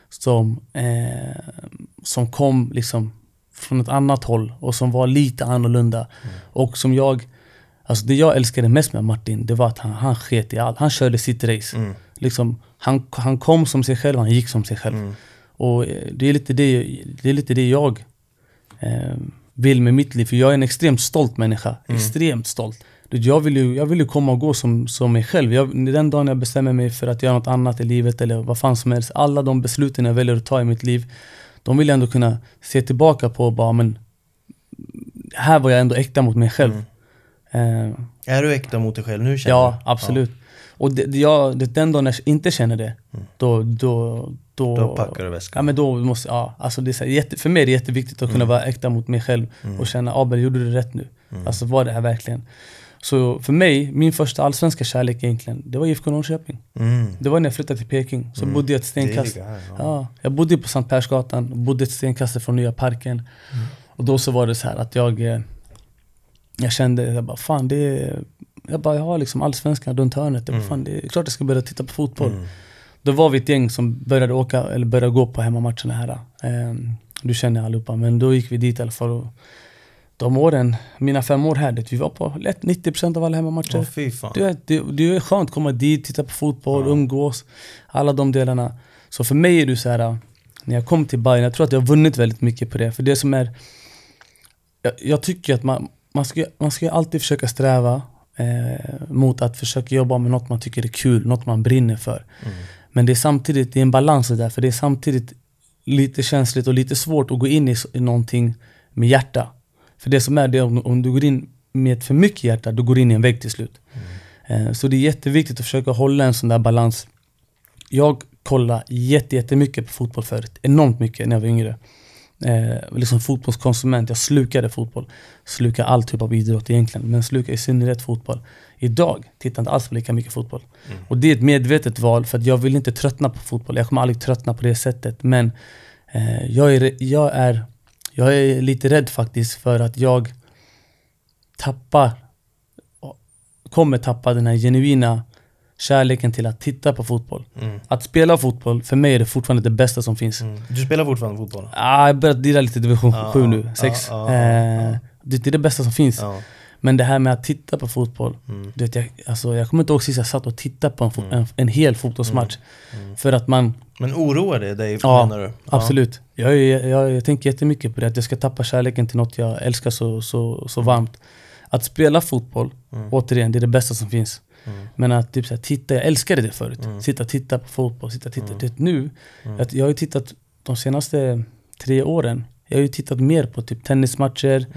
Speaker 2: som kom liksom från ett annat håll och som var lite annorlunda. Och som alltså det jag älskade mest med Martin, det var att han sket i allt. Han körde sitt race. Liksom, han kom som sig själv, han gick som sig själv. Och det är lite det jag vill med mitt liv. För jag är en extremt stolt människa. Extremt stolt. Jag vill ju komma och gå som mig själv. Den dagen jag bestämmer mig för att göra något annat i livet eller vad fan som helst, alla de besluten jag väljer att ta i mitt liv, de vill jag ändå kunna se tillbaka på och bara, men här var jag ändå äkta mot mig själv.
Speaker 1: Är du äkta mot dig själv nu, känner
Speaker 2: Ja, absolut. Och den dagen jag inte känner det, då
Speaker 1: packar du väskan.
Speaker 2: Ja, men då måste alltså det är så här, för mig är det jätteviktigt att kunna vara äkta mot mig själv och känna, Abel, gjorde du rätt nu? Alltså var det här verkligen? Så för mig, min första allsvenska kärlek egentligen, det var IFK Norrköping. Det var när jag flyttade till Peking. Så bodde jag ett stenkast. Jag bodde på Sankt Persgatan, bodde ett stenkast från Nya Parken. Och då så var det så här att jag kände, jag har liksom allsvenskan runt hörnet. Det är klart jag ska börja titta på fotboll. Då var vi ett gäng som började gå på hemmamatcherna här. Du känner allihopa, men då gick vi dit i alla fall. Och de åren, mina 5 år här, vi var på lätt 90% av alla hemmamatcher.
Speaker 1: Fy fan.
Speaker 2: Det är skönt att komma dit, titta på fotboll, umgås, alla de delarna. Så för mig är det så här, när jag kom till Bayern, jag tror att jag har vunnit väldigt mycket på det. För det som är, jag tycker att man ska alltid försöka sträva mot att försöka jobba med något man tycker är kul, något man brinner för. Men det är samtidigt, en balans där, för det är samtidigt lite känsligt och lite svårt att gå in i någonting med hjärta. För det som är det, om du går in med för mycket hjärta, då går du in i en vägg till slut. Så det är jätteviktigt att försöka hålla en sån där balans. Jag kollade jättemycket på fotboll förut, enormt mycket när jag var yngre. Liksom fotbollskonsument, jag slukade fotboll, slukar all typ av idrott egentligen, men slukar i synnerhet fotboll. Idag tittar inte alls på lika mycket fotboll. Och det är ett medvetet val, för att jag vill inte tröttna på fotboll. Jag kommer aldrig tröttna på det sättet, men jag är lite rädd faktiskt för att jag kommer tappa den här genuina kärleken till att titta på fotboll. Att spela fotboll, för mig är det fortfarande det bästa som finns.
Speaker 1: Du spelar fortfarande fotboll?
Speaker 2: Jag har börjat dira lite division 7 nu, 6. Det är det bästa som finns. Men det här med att titta på fotboll, du vet, jag kommer inte ihåg sist jag satt och tittade på en hel fotbollsmatch. För att man...
Speaker 1: Men oroar det dig, menar du?
Speaker 2: Absolut. Jag tänker jättemycket på det, att jag ska tappa kärleken till något jag älskar så varmt. Att spela fotboll, återigen, det är det bästa som finns. Men att typ, så här, titta, jag älskade det förut. Sitta och titta på fotboll, Det nu, att jag har ju tittat de senaste 3 åren, jag har ju tittat mer på typ tennismatcher,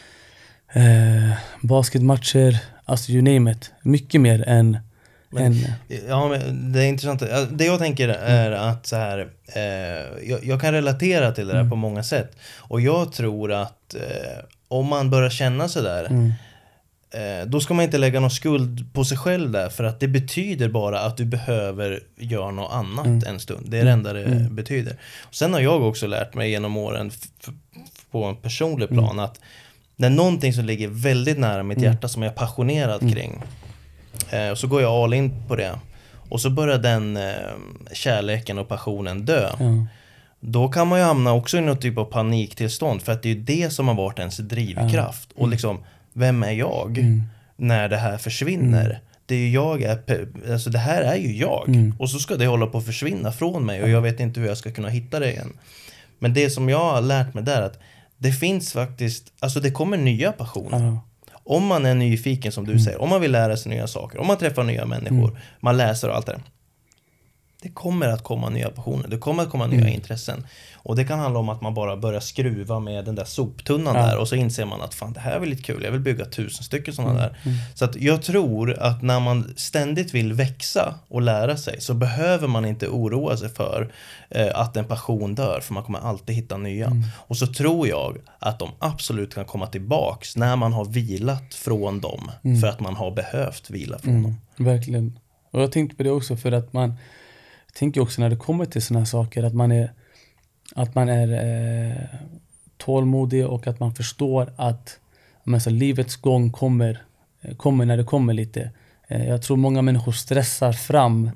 Speaker 2: basketmatcher, alltså you name it. Mycket mer än...
Speaker 1: Ja, men det är intressant. Det jag tänker är att så här, jag kan relatera till det där på många sätt. Och jag tror att om man börjar känna så där, då ska man inte lägga någon skuld på sig själv där, för att det betyder bara att du behöver göra något annat en stund. Det är det enda det betyder. Och sen har jag också lärt mig genom åren på en personlig plan att när någonting som ligger väldigt nära mitt hjärta som jag är passionerad kring, så går jag all in på det. Och så börjar den kärleken och passionen dö. Då kan man ju hamna också i något typ av paniktillstånd, för att det är ju det som har varit ens drivkraft. Och liksom, vem är jag när det här försvinner? Det är ju alltså det här är ju jag. Och så ska det hålla på att försvinna från mig, och jag vet inte hur jag ska kunna hitta det igen. Men det som jag har lärt mig där, att det finns faktiskt, alltså det kommer nya passioner. Om man är nyfiken, som du säger, om man vill lära sig nya saker, om man träffar nya människor, man läser och allt det. Det kommer att komma nya passioner, det kommer att komma nya intressen. Och det kan handla om att man bara börjar skruva med den där soptunnan där, och så inser man att fan, det här är väldigt kul, jag vill bygga 1000 stycken sådana där. Så att jag tror att när man ständigt vill växa och lära sig, så behöver man inte oroa sig för att en passion dör, för man kommer alltid hitta nya. Och så tror jag att de absolut kan komma tillbaks när man har vilat från dem, för att man har behövt vila från dem.
Speaker 2: Verkligen. Och jag tänkte på det också, för att man tänker också när det kommer till såna här saker, att man är tålmodig, och att man förstår att livets gång kommer när det kommer lite. Jag tror många människor stressar fram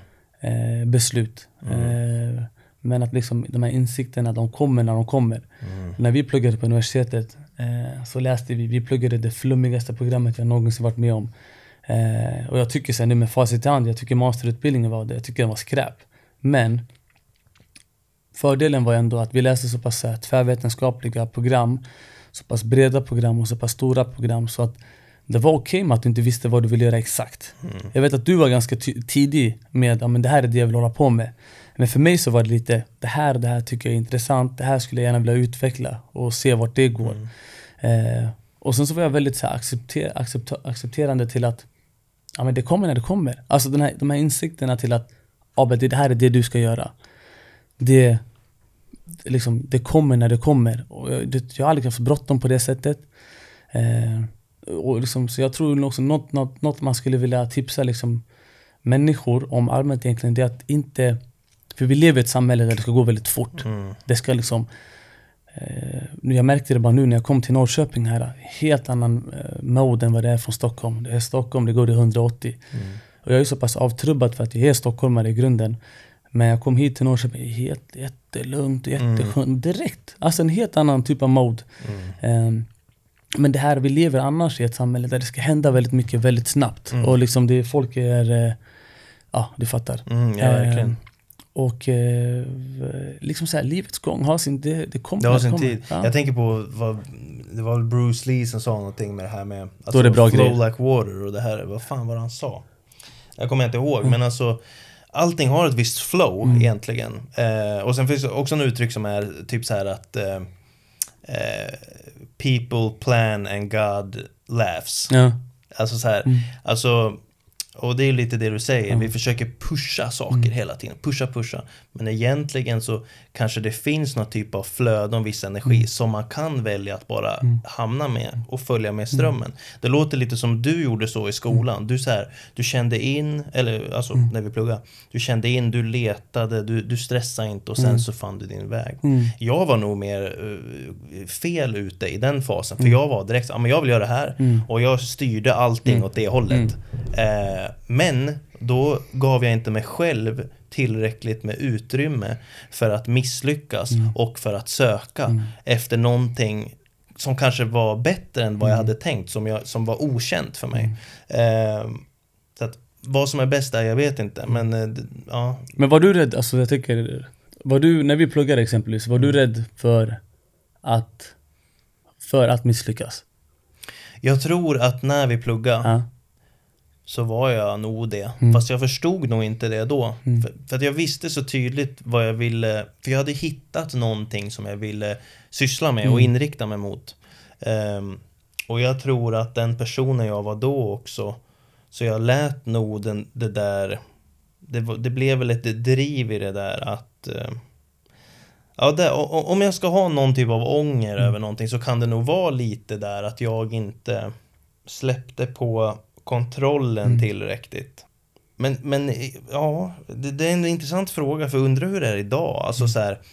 Speaker 2: beslut. Men att liksom de här insikterna, de kommer när de kommer. När vi pluggade på universitetet, så läste vi pluggade det flummigaste programmet jag någonsin varit med om. Och jag tycker sen nu med facit i hand, jag tycker masterutbildningen var det, jag tycker den var skräp. Men fördelen var ändå att vi läste så pass tvärvetenskapliga program, så pass breda program och så pass stora program, så att det var okej med att du inte visste vad du ville göra exakt. Jag vet att du var ganska tidig med men det här är det jag vill hålla på med. Men för mig så var det lite, det här tycker jag är intressant, det här skulle jag gärna vilja utveckla och se vart det går. Och sen så var jag väldigt så här, accepterande till att men det kommer när det kommer. Alltså de här insikterna till att det här är det du ska göra. Det kommer när det kommer. Och jag har aldrig haft bråttom på det sättet. Och liksom, så jag tror också något man skulle vilja tipsa liksom människor om allmänt egentligen, det är att inte, för vi lever i ett samhälle där det ska gå väldigt fort. Det ska liksom jag märkte det bara nu när jag kom till Norrköping här, helt annan mode än vad det är från Stockholm. Det är Stockholm, det går i 180. Och jag är så pass avtrubbad för att jag är stockholmare i grunden. Men jag kom hit till Norrköping helt jättelugnt, jätteskönt direkt. Alltså en helt annan typ av mode. Men det här, vi lever annars i ett samhälle där det ska hända väldigt mycket väldigt snabbt. Och liksom det, folk är, du fattar.
Speaker 1: Ja, verkligen.
Speaker 2: Och liksom så här, livets gång har sin, det kommer.
Speaker 1: Det har sin tid. Ja. Jag tänker på det var Bruce Lee som sa någonting med det här med alltså,
Speaker 2: då är det bra
Speaker 1: flow
Speaker 2: grejer.
Speaker 1: Like water och det här, vad fan var det han sa? Jag kommer inte ihåg, men alltså allting har ett visst flow egentligen. Och sen finns det också en uttryck som är typ så här att people plan and God laughs.
Speaker 2: Ja.
Speaker 1: Alltså så här, alltså, och det är lite det du säger, vi försöker pusha saker hela tiden, pusha, men egentligen så kanske det finns någon typ av flöde och viss energi som man kan välja att bara hamna med och följa med strömmen. Det låter lite som du gjorde så i skolan, du kände in, eller alltså när vi pluggade, du kände in, du letade, du stressade inte och sen så fann du din väg. Jag var nog mer fel ute i den fasen, för jag var direkt, men jag vill göra det här och jag styrde allting åt det hållet. Men då gav jag inte mig själv tillräckligt med utrymme för att misslyckas och för att söka efter någonting som kanske var bättre än vad jag hade tänkt, som var okänt för mig. Så att vad som är bäst där, jag vet inte. Men ja.
Speaker 2: Men var du rädd, alltså jag tycker, när vi pluggade exempelvis, var du rädd för att misslyckas?
Speaker 1: Jag tror att när vi pluggade så var jag nog det. Fast jag förstod nog inte det då. För att jag visste så tydligt vad jag ville. För jag hade hittat någonting som jag ville syssla med och inrikta mig mot. Och jag tror att den personen jag var då också. Så jag lät nog det där. Det blev väl ett driv i det där att... om jag ska ha någon typ av ånger över någonting, så kan det nog vara lite där att jag inte släppte på kontrollen tillräckligt. Men ja, det är en intressant fråga, för undrar hur det är idag. Alltså så här,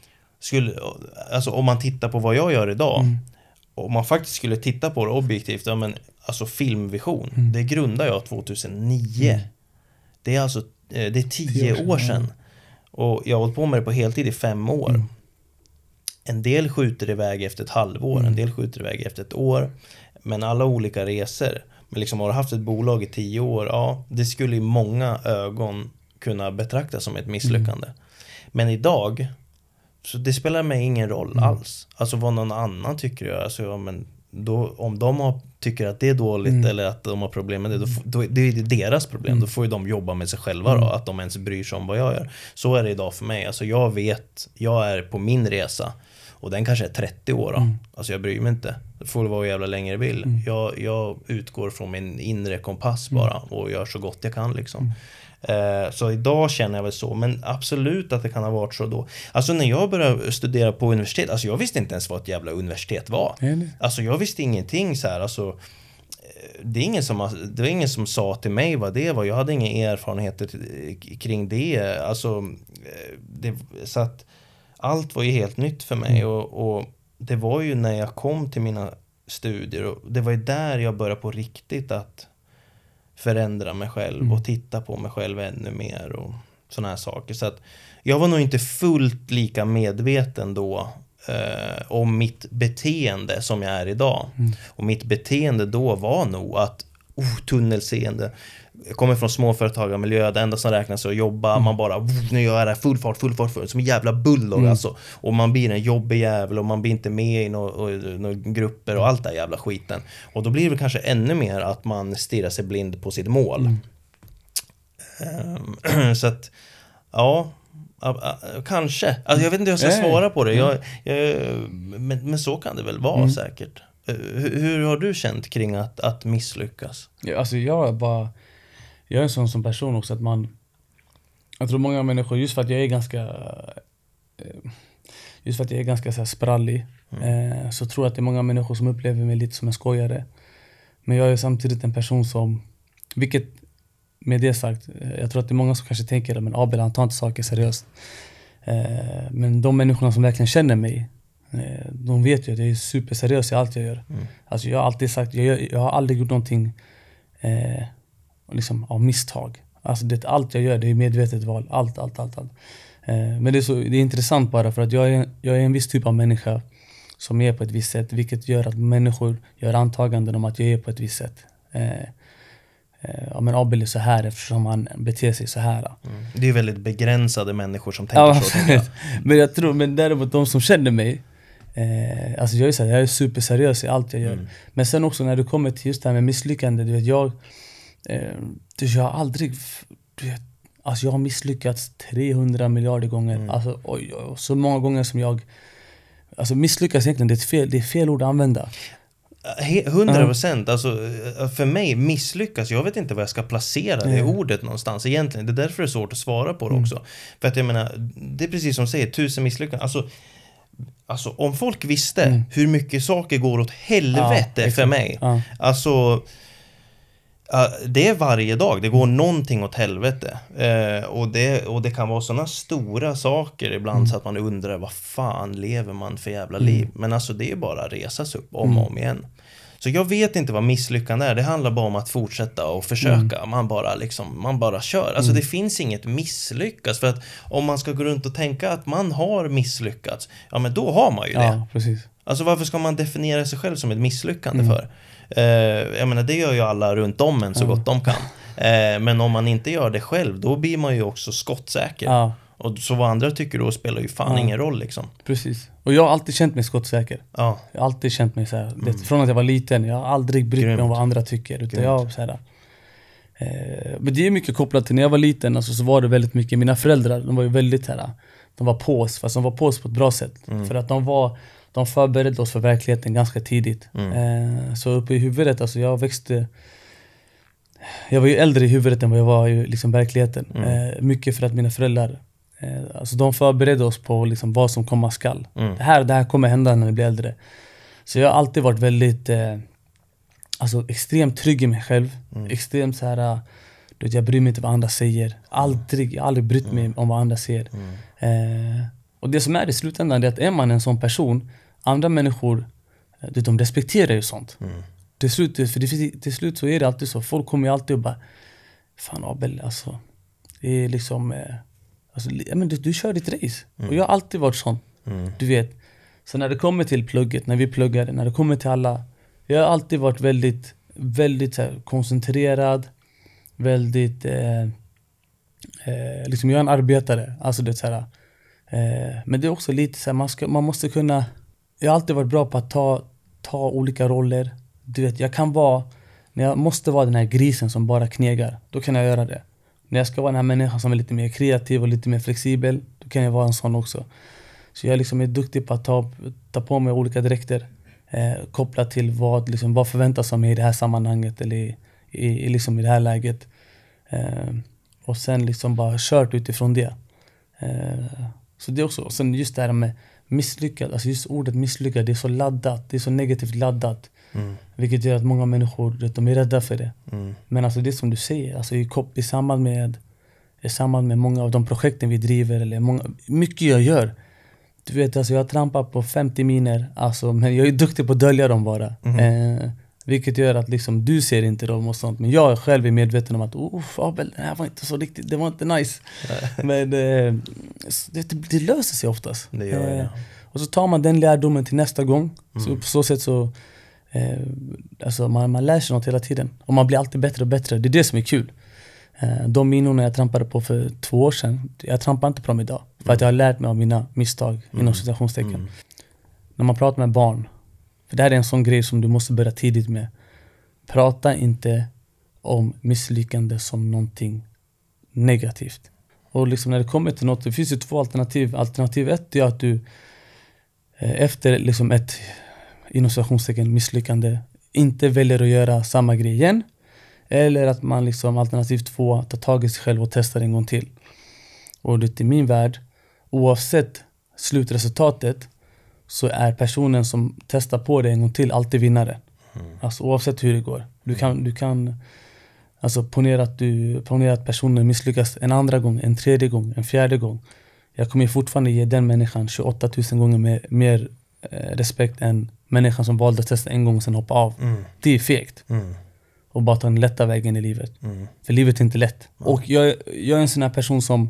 Speaker 1: om man tittar på vad jag gör idag, om man faktiskt skulle titta på det objektivt, alltså filmvision, det grundade jag 2009. Det är alltså det är 10 år sedan. Och jag har hållit på med det på heltid i 5 år. En del skjuter iväg efter ett halvår, en del skjuter iväg efter ett år. Men alla olika resor. Men liksom, har du haft ett bolag i 10 år, ja, det skulle i många ögon kunna betraktas som ett misslyckande. Men idag, så det spelar mig ingen roll alls. Alltså vad någon annan tycker jag. Alltså, ja, men då, om de tycker att det är dåligt eller att de har problem med det, då det är det deras problem. Då får ju de jobba med sig själva då, att de ens bryr sig om vad jag gör. Så är det idag för mig. Alltså jag vet, jag är på min resa och den kanske är 30 år då. Alltså jag bryr mig inte. Det får vara jävla länge vill. Jag utgår från min inre kompass bara och gör så gott jag kan liksom. Så idag känner jag väl så. Men absolut att det kan ha varit så då. Alltså när jag började studera på universitet, alltså jag visste inte ens vad ett jävla universitet var. Alltså jag visste ingenting så här. Alltså, det var ingen som sa till mig vad det var. Jag hade inga erfarenheter kring det. Alltså, så att allt var ju helt nytt för mig. Och det var ju när jag kom till mina studier, och det var ju där jag började på riktigt att förändra mig själv och titta på mig själv ännu mer och såna här saker. Så att jag var nog inte fullt lika medveten då om mitt beteende som jag är idag. Och mitt beteende då var nog att tunnelseende. Jag kommer från småföretagarmiljö, det enda som räknas är att jobba. Man bara, nu gör jag det här full fart som en jävla bulldog alltså. Och man blir en jobbig jävel och man blir inte med i några grupper och allt det jävla skiten. Och då blir det kanske ännu mer att man stirrar sig blind på sitt mål. Så att, ja, kanske. Alltså jag vet inte hur jag ska svara på det. Men så kan det väl vara säkert. Hur har du känt kring att misslyckas?
Speaker 2: Ja, alltså jag är en sån som person också, att jag tror många människor, just för att jag är ganska så här sprallig, så tror jag att det är många människor som upplever mig lite som en skojare. Men jag är samtidigt en person som, vilket med det sagt, jag tror att det är många som kanske tänker men Abel, han tar inte saker seriöst. Men de människorna som verkligen känner mig, de vet ju att jag är superseriös i allt jag gör. Alltså jag har alltid sagt, jag har aldrig gjort någonting liksom av misstag. Alltså allt jag gör, det är medvetet val. Allt. Men det är intressant bara för att jag är en viss typ av människa som är på ett visst sätt, vilket gör att människor gör antaganden om att jag är på ett visst sätt. Men Abel är så här eftersom han beter sig så här.
Speaker 1: Det är väldigt begränsade människor som tänker så. Tänker jag.
Speaker 2: Men däremot de som känner mig, alltså jag är superseriös i allt jag gör. Men sen också när du kommer till just det här med misslyckande, du vet, jag har aldrig, alltså jag har misslyckats 300 miljarder gånger. Alltså så många gånger som jag misslyckas egentligen, det är fel ord att använda.
Speaker 1: 100%, alltså för mig misslyckas, jag vet inte vad jag ska placera det ordet någonstans egentligen. Det är därför det är svårt att svara på det också. För att jag menar, det är precis som säger, 1000 misslyckanden. Alltså om folk visste hur mycket saker går åt helvete för mig. Alltså det är varje dag, det går någonting åt helvete. Och det kan vara sådana stora saker ibland så att man undrar vad fan lever man för jävla liv. Men alltså det är bara att resa sig upp om och om igen. Så jag vet inte vad misslyckande är. Det handlar bara om att fortsätta och försöka. Man bara kör. Alltså det finns inget misslyckas. För att om man ska gå runt och tänka att man har misslyckats, ja men då har man ju det.
Speaker 2: Ja, precis.
Speaker 1: Alltså varför ska man definiera sig själv som ett misslyckande för? Jag menar, det gör ju alla runt om en så gott de kan. Men om man inte gör det själv, då blir man ju också skottsäker.
Speaker 2: Ja.
Speaker 1: Och så vad andra tycker då spelar ju fan ingen roll liksom.
Speaker 2: Precis. Och jag har alltid känt mig skottsäker.
Speaker 1: Ja.
Speaker 2: Jag har alltid känt mig så här. Från att jag var liten, jag har aldrig brytt mig om vad andra tycker. Utan jag så här. Men det är mycket kopplat till när jag var liten, alltså, så var det väldigt mycket, mina föräldrar, de var ju väldigt här. De var på oss, fast de var på oss på ett bra sätt. För att de förberedde oss för verkligheten ganska tidigt. Så uppe i huvudet, alltså jag var ju äldre i huvudet än vad jag var i liksom verkligheten. Mycket för att mina föräldrar, alltså de förberedde oss på liksom vad som komma skall. Det här kommer hända när vi blir äldre. Så jag har alltid varit väldigt alltså extremt trygg i mig själv. Extremt så här, jag bryr mig inte vad andra säger. Jag har aldrig brytt mig om vad andra säger. Och det som är i slutändan är att är man en sån person, andra människor, de respekterar ju sånt. Till slut så är det alltid så. Folk kommer ju alltid och bara, fan Abel, alltså det är liksom alltså, men du kör ditt race. Och jag har alltid varit sån. Du vet. Så när det kommer till plugget, när vi pluggade, när det kommer till alla, jag har alltid varit väldigt, väldigt så här, koncentrerad, väldigt liksom jag är en arbetare, alltså det så här, men det är också lite så här, man måste kunna, jag har alltid varit bra på att ta olika roller. Du vet, när jag måste vara den här grisen som bara knegar, då kan jag göra det. När jag ska vara den här människan som är lite mer kreativ och lite mer flexibel, då kan jag vara en sån också. Så jag liksom är duktig på att ta på mig olika dräkter, kopplat till vad förväntas av mig i det här sammanhanget eller liksom i det här läget. Och sen liksom bara kört utifrån det. Så det är också, och sen just det här med misslyckad, alltså just ordet misslyckad, det är så laddat, det är så negativt laddat. Vilket gör att många människor, de är rädda för det. Men alltså det som du säger, alltså i samband med många av de projekten vi driver, eller mycket jag gör. Du vet, alltså jag trampar på 50 miner, alltså, men jag är duktig på att dölja dem bara. Vilket gör att liksom, du ser inte dem och sånt. Men jag själv är medveten om att Abel, det här var inte så riktigt, det var inte nice. Men det löser sig oftast.
Speaker 1: Det gör det.
Speaker 2: Och så tar man den lärdomen till nästa gång. Så på så sätt så alltså man lär sig något hela tiden. Och man blir alltid bättre och bättre. Det är det som är kul. De minorna jag trampade på för 2 år sedan, jag trampar inte på dem idag. För att jag har lärt mig av mina misstag, inom citationstecken. När man pratar med barn, för det här är en sån grej som du måste börja tidigt med. Prata inte om misslyckande som någonting negativt. Och liksom när det kommer till något, det finns ju 2 alternativ. Alternativ 1 är att du efter liksom ett inom citationstecken misslyckande inte väljer att göra samma grej igen. Eller att man liksom alternativ 2 tar tag i sig själv och testar en gång till. Och det i min värld, oavsett slutresultatet, så är personen som testar på det en gång till alltid vinnare. Alltså oavsett hur det går. Du kan alltså ponera att personen misslyckas en andra gång, en tredje gång, en fjärde gång. Jag kommer fortfarande ge den människan 28 000 gånger mer respekt än människan som valde att testa en gång och sen hoppa av. Det är fegt. Och bara ta den lätta vägen i livet. För livet är inte lätt. Och jag är en sån här person som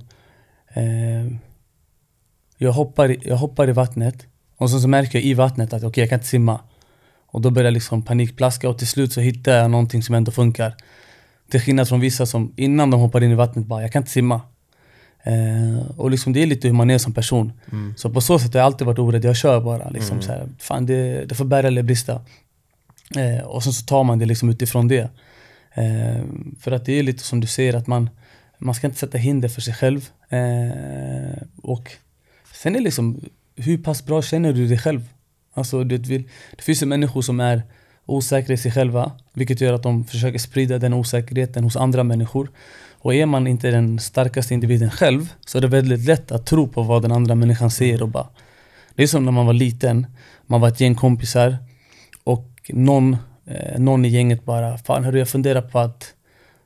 Speaker 2: jag hoppar i vattnet. Och så märker jag i vattnet att jag kan inte simma. Och då börjar jag liksom panikplaska. Och till slut så hittar jag någonting som ändå funkar. Till skillnad från vissa som innan de hoppar in i vattnet bara, jag kan inte simma. Och liksom det är lite hur man är som person. Så på så sätt har jag alltid varit orädd. Jag kör bara liksom så här, fan det får bära eller brista. Och så tar man det liksom utifrån det. För att det är lite som du säger, att man ska inte sätta hinder för sig själv. Och sen är det liksom, hur pass bra känner du dig själv? Alltså det finns ju människor som är osäkra i sig själva, vilket gör att de försöker sprida den osäkerheten hos andra människor. Och är man inte den starkaste individen själv, så är det väldigt lätt att tro på vad den andra människan säger. Och bara, det är som när man var liten, man var ett gäng kompisar och någon i gänget bara, fan hörru, jag funderar på att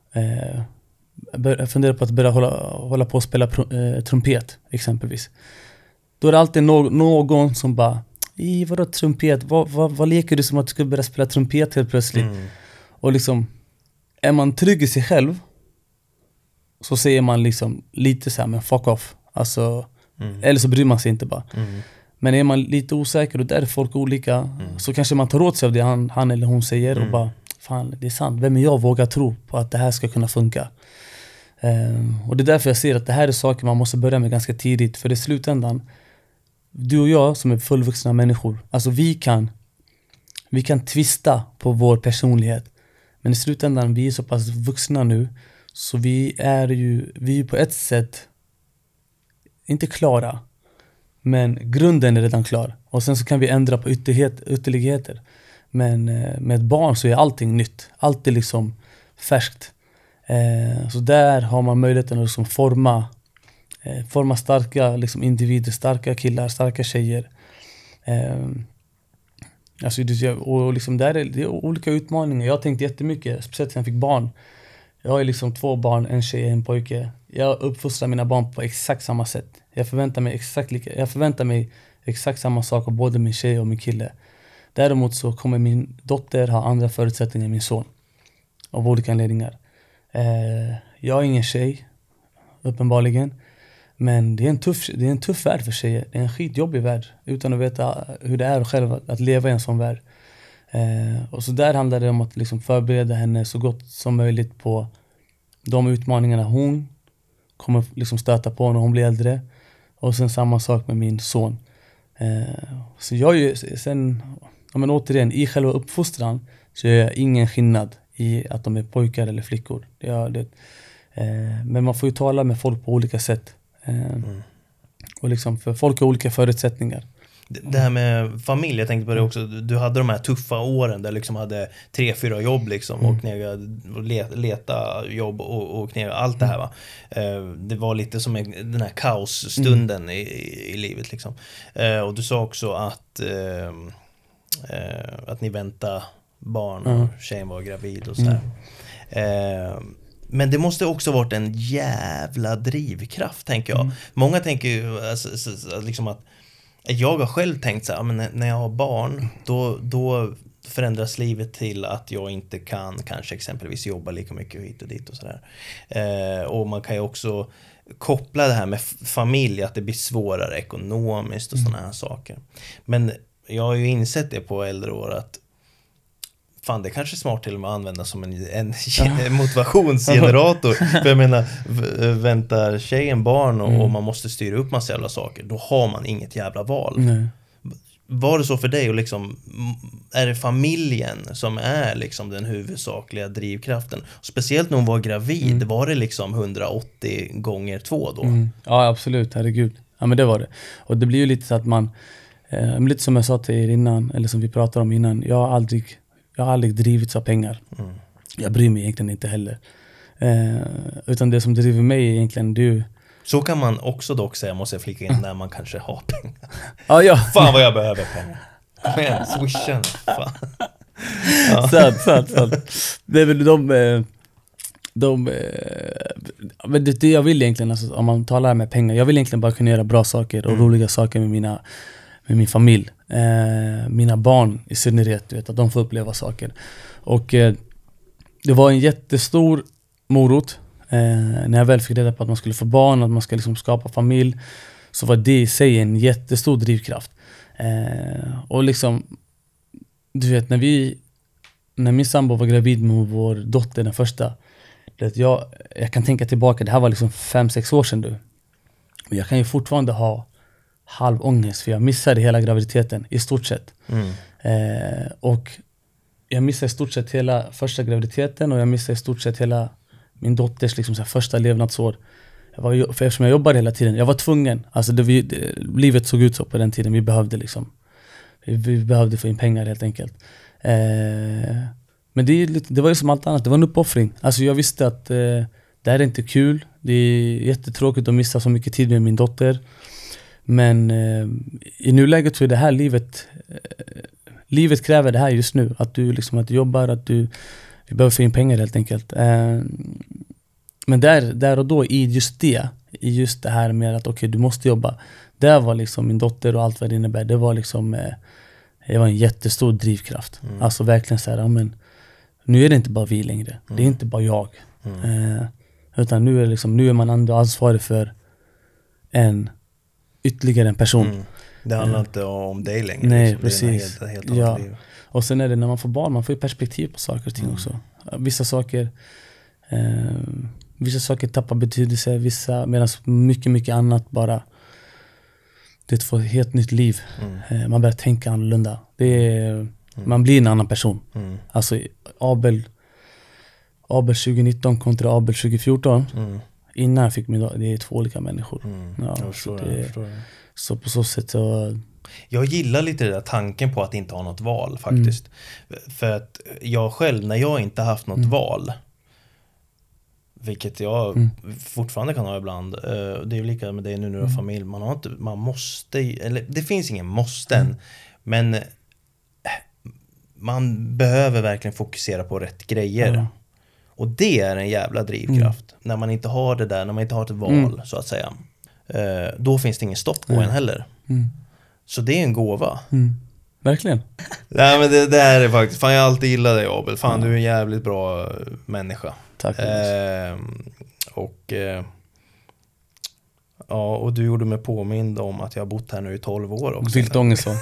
Speaker 2: börja hålla på och spela trumpet exempelvis. Då är det alltid någon som bara, vadå trumpet? Vad leker du som att du ska börja spela trumpet helt plötsligt? Och liksom, är man trygg i sig själv så säger man liksom lite så här, men fuck off. Alltså, eller så bryr man sig inte bara. Men är man lite osäker och där är folk olika, så kanske man tar åt sig av det han eller hon säger och bara, fan, det är sant. Vem är jag vågar tro på att det här ska kunna funka? Och det är därför jag ser att det här är saker man måste börja med ganska tidigt. För i slutändan, du och jag som är fullvuxna människor, alltså vi kan twista på vår personlighet. Men i slutändan, vi är så pass vuxna nu, så vi är på ett sätt inte klara, men grunden är redan klar. Och sen så kan vi ändra på ytterligheter. Men med ett barn så är allting nytt. Allt är liksom färskt. Så där har man möjligheten att liksom forma starka liksom individer, starka killar, starka tjejer. Alltså, och liksom där det är olika utmaningar. Jag har tänkt jättemycket, speciellt sen jag fick barn. Jag har liksom 2 barn, en tjej och en pojke. Jag uppfostrar mina barn på exakt samma sätt. Jag förväntar mig exakt samma sak av både min tjej och min kille. Däremot så kommer min dotter ha andra förutsättningar än min son. Av olika anledningar. Jag är ingen tjej, uppenbarligen. Men det är en tuff värld för tjejer. Det är en skitjobbig värld. Utan att veta hur det är själv att leva i en sån värld. Och så där handlar det om att liksom förbereda henne så gott som möjligt på de utmaningarna hon kommer liksom stöta på när hon blir äldre. Och sen samma sak med min son. Så jag är ju sen, men återigen, i själva uppfostran så gör jag ingen skillnad i att de är pojkar eller flickor. Men man får ju tala med folk på olika sätt. Och liksom, för folk har olika förutsättningar.
Speaker 1: Det här med familj, jag tänkte på det också. Du hade de här tuffa åren där liksom hade 3-4 jobb liksom och leta jobb och knega allt det här, va. Det var lite som den här kaosstunden i livet liksom. Och du sa också att ni väntar barn och tjejen var gravid och så här. Men det måste också varit en jävla drivkraft, tänker jag. Många tänker ju liksom att jag har själv tänkt så här, men när jag har barn då förändras livet till att jag inte kan kanske exempelvis jobba lika mycket hit och dit och sådär. Och man kan ju också koppla det här med familj, att det blir svårare ekonomiskt och sådana här saker. Men jag har ju insett det på äldre år att fan, det är kanske smart till och med att använda som en motivationsgenerator. För jag menar, väntar tjejen barn och man måste styra upp massa jävla saker, då har man inget jävla val. Nej. Var det så för dig? Och liksom, är det familjen som är liksom den huvudsakliga drivkraften? Speciellt när hon var gravid, var det liksom 180 gånger 2 då?
Speaker 2: Ja, absolut, herregud. Ja, men det var det. Och det blir ju lite så att man, lite som jag sa till er innan, eller som vi pratade om innan, jag har aldrig drivits av pengar. Jag bryr mig egentligen inte heller. Utan det som driver mig egentligen, det.
Speaker 1: Så kan man också dock säga, måste jag flika in, när man kanske har pengar.
Speaker 2: Ja.
Speaker 1: Fan vad jag behöver pengar. Men swishen, fan.
Speaker 2: Sant. Det är väl men det jag vill egentligen, alltså, om man talar med pengar, jag vill egentligen bara kunna göra bra saker och roliga saker med min familj. Mina barn i synnerhet, vet, att de får uppleva saker. Och det var en jättestor morot när jag väl fick reda på att man skulle få barn, att man ska liksom skapa familj, så var det i sig en jättestor drivkraft. Och liksom, du vet, när min sambo var gravid med vår dotter, den första, jag kan tänka tillbaka, det här var liksom 5-6 år sedan. Men jag kan ju fortfarande ha halv ångest, för jag missade hela graviditeten i stort sett. Och jag missade i stort sett hela första graviditeten, och jag missade i stort sett hela min dotters liksom, så här, första levnadsår. För eftersom jag jobbade hela tiden, jag var tvungen. Alltså livet såg ut så på den tiden. Vi behövde få in pengar helt enkelt. Men det var ju som allt annat, det var en uppoffring. Alltså jag visste att det här är inte kul. Det är jättetråkigt att missa så mycket tid med min dotter. Men i nuläget så är det här livet kräver det här just nu. Att du jobbar, vi behöver få in pengar helt enkelt. Men där och då, i just det, i just det här med att okej, du måste jobba. Det var liksom min dotter och allt vad det innebär. Det var liksom det var en jättestor drivkraft. Alltså verkligen så här, men nu är det inte bara vi längre. Det är inte bara jag. Utan nu är liksom, nu är man ändå ansvarig för ytterligare en person.
Speaker 1: Det handlar inte om dig längre.
Speaker 2: Nej,
Speaker 1: liksom.
Speaker 2: precis.
Speaker 1: Det är helt annat liv.
Speaker 2: Och sen är det när man får barn, man får ju perspektiv på saker och ting också. Vissa saker tappar betydelse, medan mycket annat bara det får ett helt nytt liv. Man börjar tänka annorlunda. Man blir en annan person. Alltså Abel 2019 kontra Abel 2014. Innan jag fick det är två olika människor. Så på så sätt så...
Speaker 1: Jag gillar lite den där tanken på att inte ha något val faktiskt. För att jag själv, när jag inte haft något val, vilket jag fortfarande kan ha ibland, det är ju lika med dig nu när du har familj, man måste, eller det finns ingen måsten, men man behöver verkligen fokusera på rätt grejer. Och det är en jävla drivkraft. När man inte har det där, när man inte har ett val så att säga, då finns det ingen stopp på en heller. Så det är en gåva.
Speaker 2: Verkligen.
Speaker 1: Nej, men det här är faktiskt, fan jag har alltid gillat dig, Abel. Fan, du är en jävligt bra människa.
Speaker 2: Tack.
Speaker 1: Och du gjorde mig påmind om att jag har bott här nu i 12 år också.
Speaker 2: Vilt ångest så.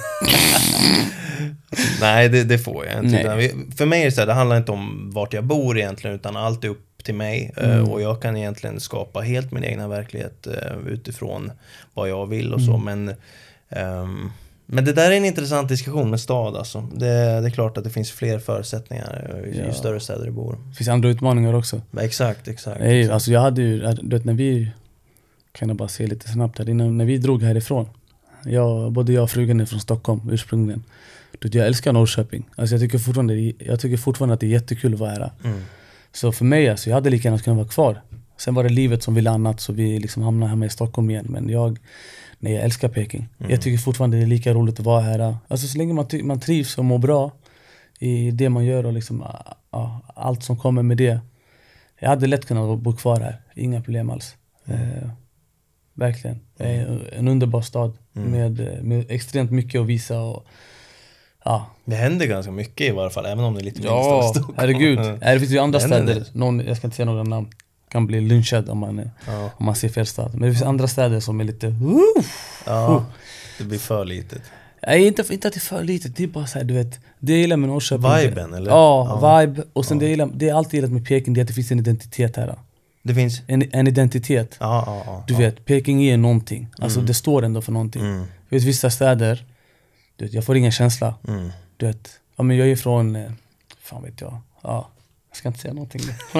Speaker 1: Nej, det får jag inte. För mig är det så här, det handlar inte om vart jag bor egentligen, utan allt är upp till mig. Och jag kan egentligen skapa helt min egna verklighet utifrån vad jag vill och så. Men det där är en intressant diskussion med stad alltså. Det är klart att det finns fler förutsättningar ju större städer du bor.
Speaker 2: Det finns andra utmaningar också.
Speaker 1: Exakt.
Speaker 2: Nej, alltså jag hade ju, du vet, när vi, kan jag bara se lite snabbt här, när vi drog härifrån. Både jag och frugan är från Stockholm ursprungligen. Jag älskar Norrköping. Alltså jag tycker fortfarande att det är jättekul att vara här. Så för mig, alltså, jag hade lika gärna kunnat vara kvar. Sen var det livet som ville annat, så vi liksom hamnade hemma i Stockholm igen. Men jag älskar Peking. Jag tycker fortfarande det är lika roligt att vara här. Alltså så länge man trivs och mår bra i det man gör och liksom, allt som kommer med det. Jag hade lätt kunnat bo kvar här. Inga problem alls. Verkligen. En underbar stad med extremt mycket att visa. Och,
Speaker 1: det händer ganska mycket i varje fall, även om det är lite mindre Stockholm.
Speaker 2: Herregud. Det finns ju andra städer. Jag ska inte säga några namn. Kan bli lynchad om man ser fel stad. Men det finns andra städer som är lite...
Speaker 1: Det blir för litet.
Speaker 2: Nej, inte att det är för litet. Det är bara så här, du vet. Det jag gillar med Norrköping.
Speaker 1: Viben, eller?
Speaker 2: Ja, vibe. Och sen det är alltid gillat med Peking, det är att det finns en identitet här.
Speaker 1: Det finns?
Speaker 2: En identitet. Du vet, Peking är någonting. Alltså det står ändå för någonting. Det finns vissa städer, du vet, jag får ingen känsla. Du vet, men jag är från... fan vet jag. Jag ska inte säga någonting.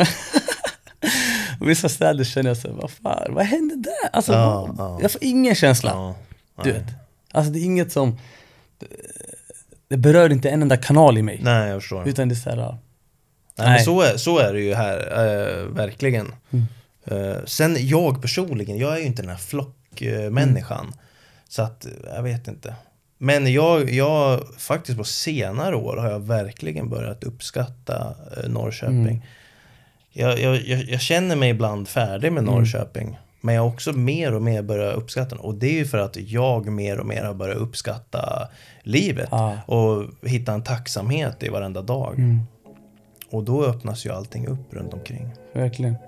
Speaker 2: Vissa städer känner jag så här, vad hände där? Alltså, jag får ingen känsla. Du vet. Alltså det är inget som... Det berör inte en enda kanal i mig.
Speaker 1: Nej, jag förstår.
Speaker 2: Utan det är så här...
Speaker 1: Nej. Men så är det ju här, verkligen. Sen jag personligen, jag är ju inte den här flockmänniskan. Så att, jag vet inte. Men jag faktiskt på senare år har jag verkligen börjat uppskatta Norrköping. Jag känner mig ibland färdig med Norrköping. Men jag har också mer och mer börjat uppskatta den. Och det är ju för att jag mer och mer har börjat uppskatta livet. Och hitta en tacksamhet i varenda dag. Och då öppnas ju allting upp runt omkring.
Speaker 2: Verkligen.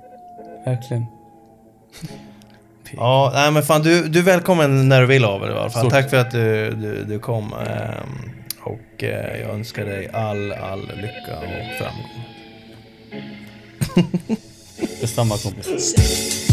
Speaker 1: Ja, nej men fan, du är välkommen när du vill av det i alla fall. Tack för att du kom. Och jag önskar dig all lycka och framgång.
Speaker 2: Detsamma, kompis.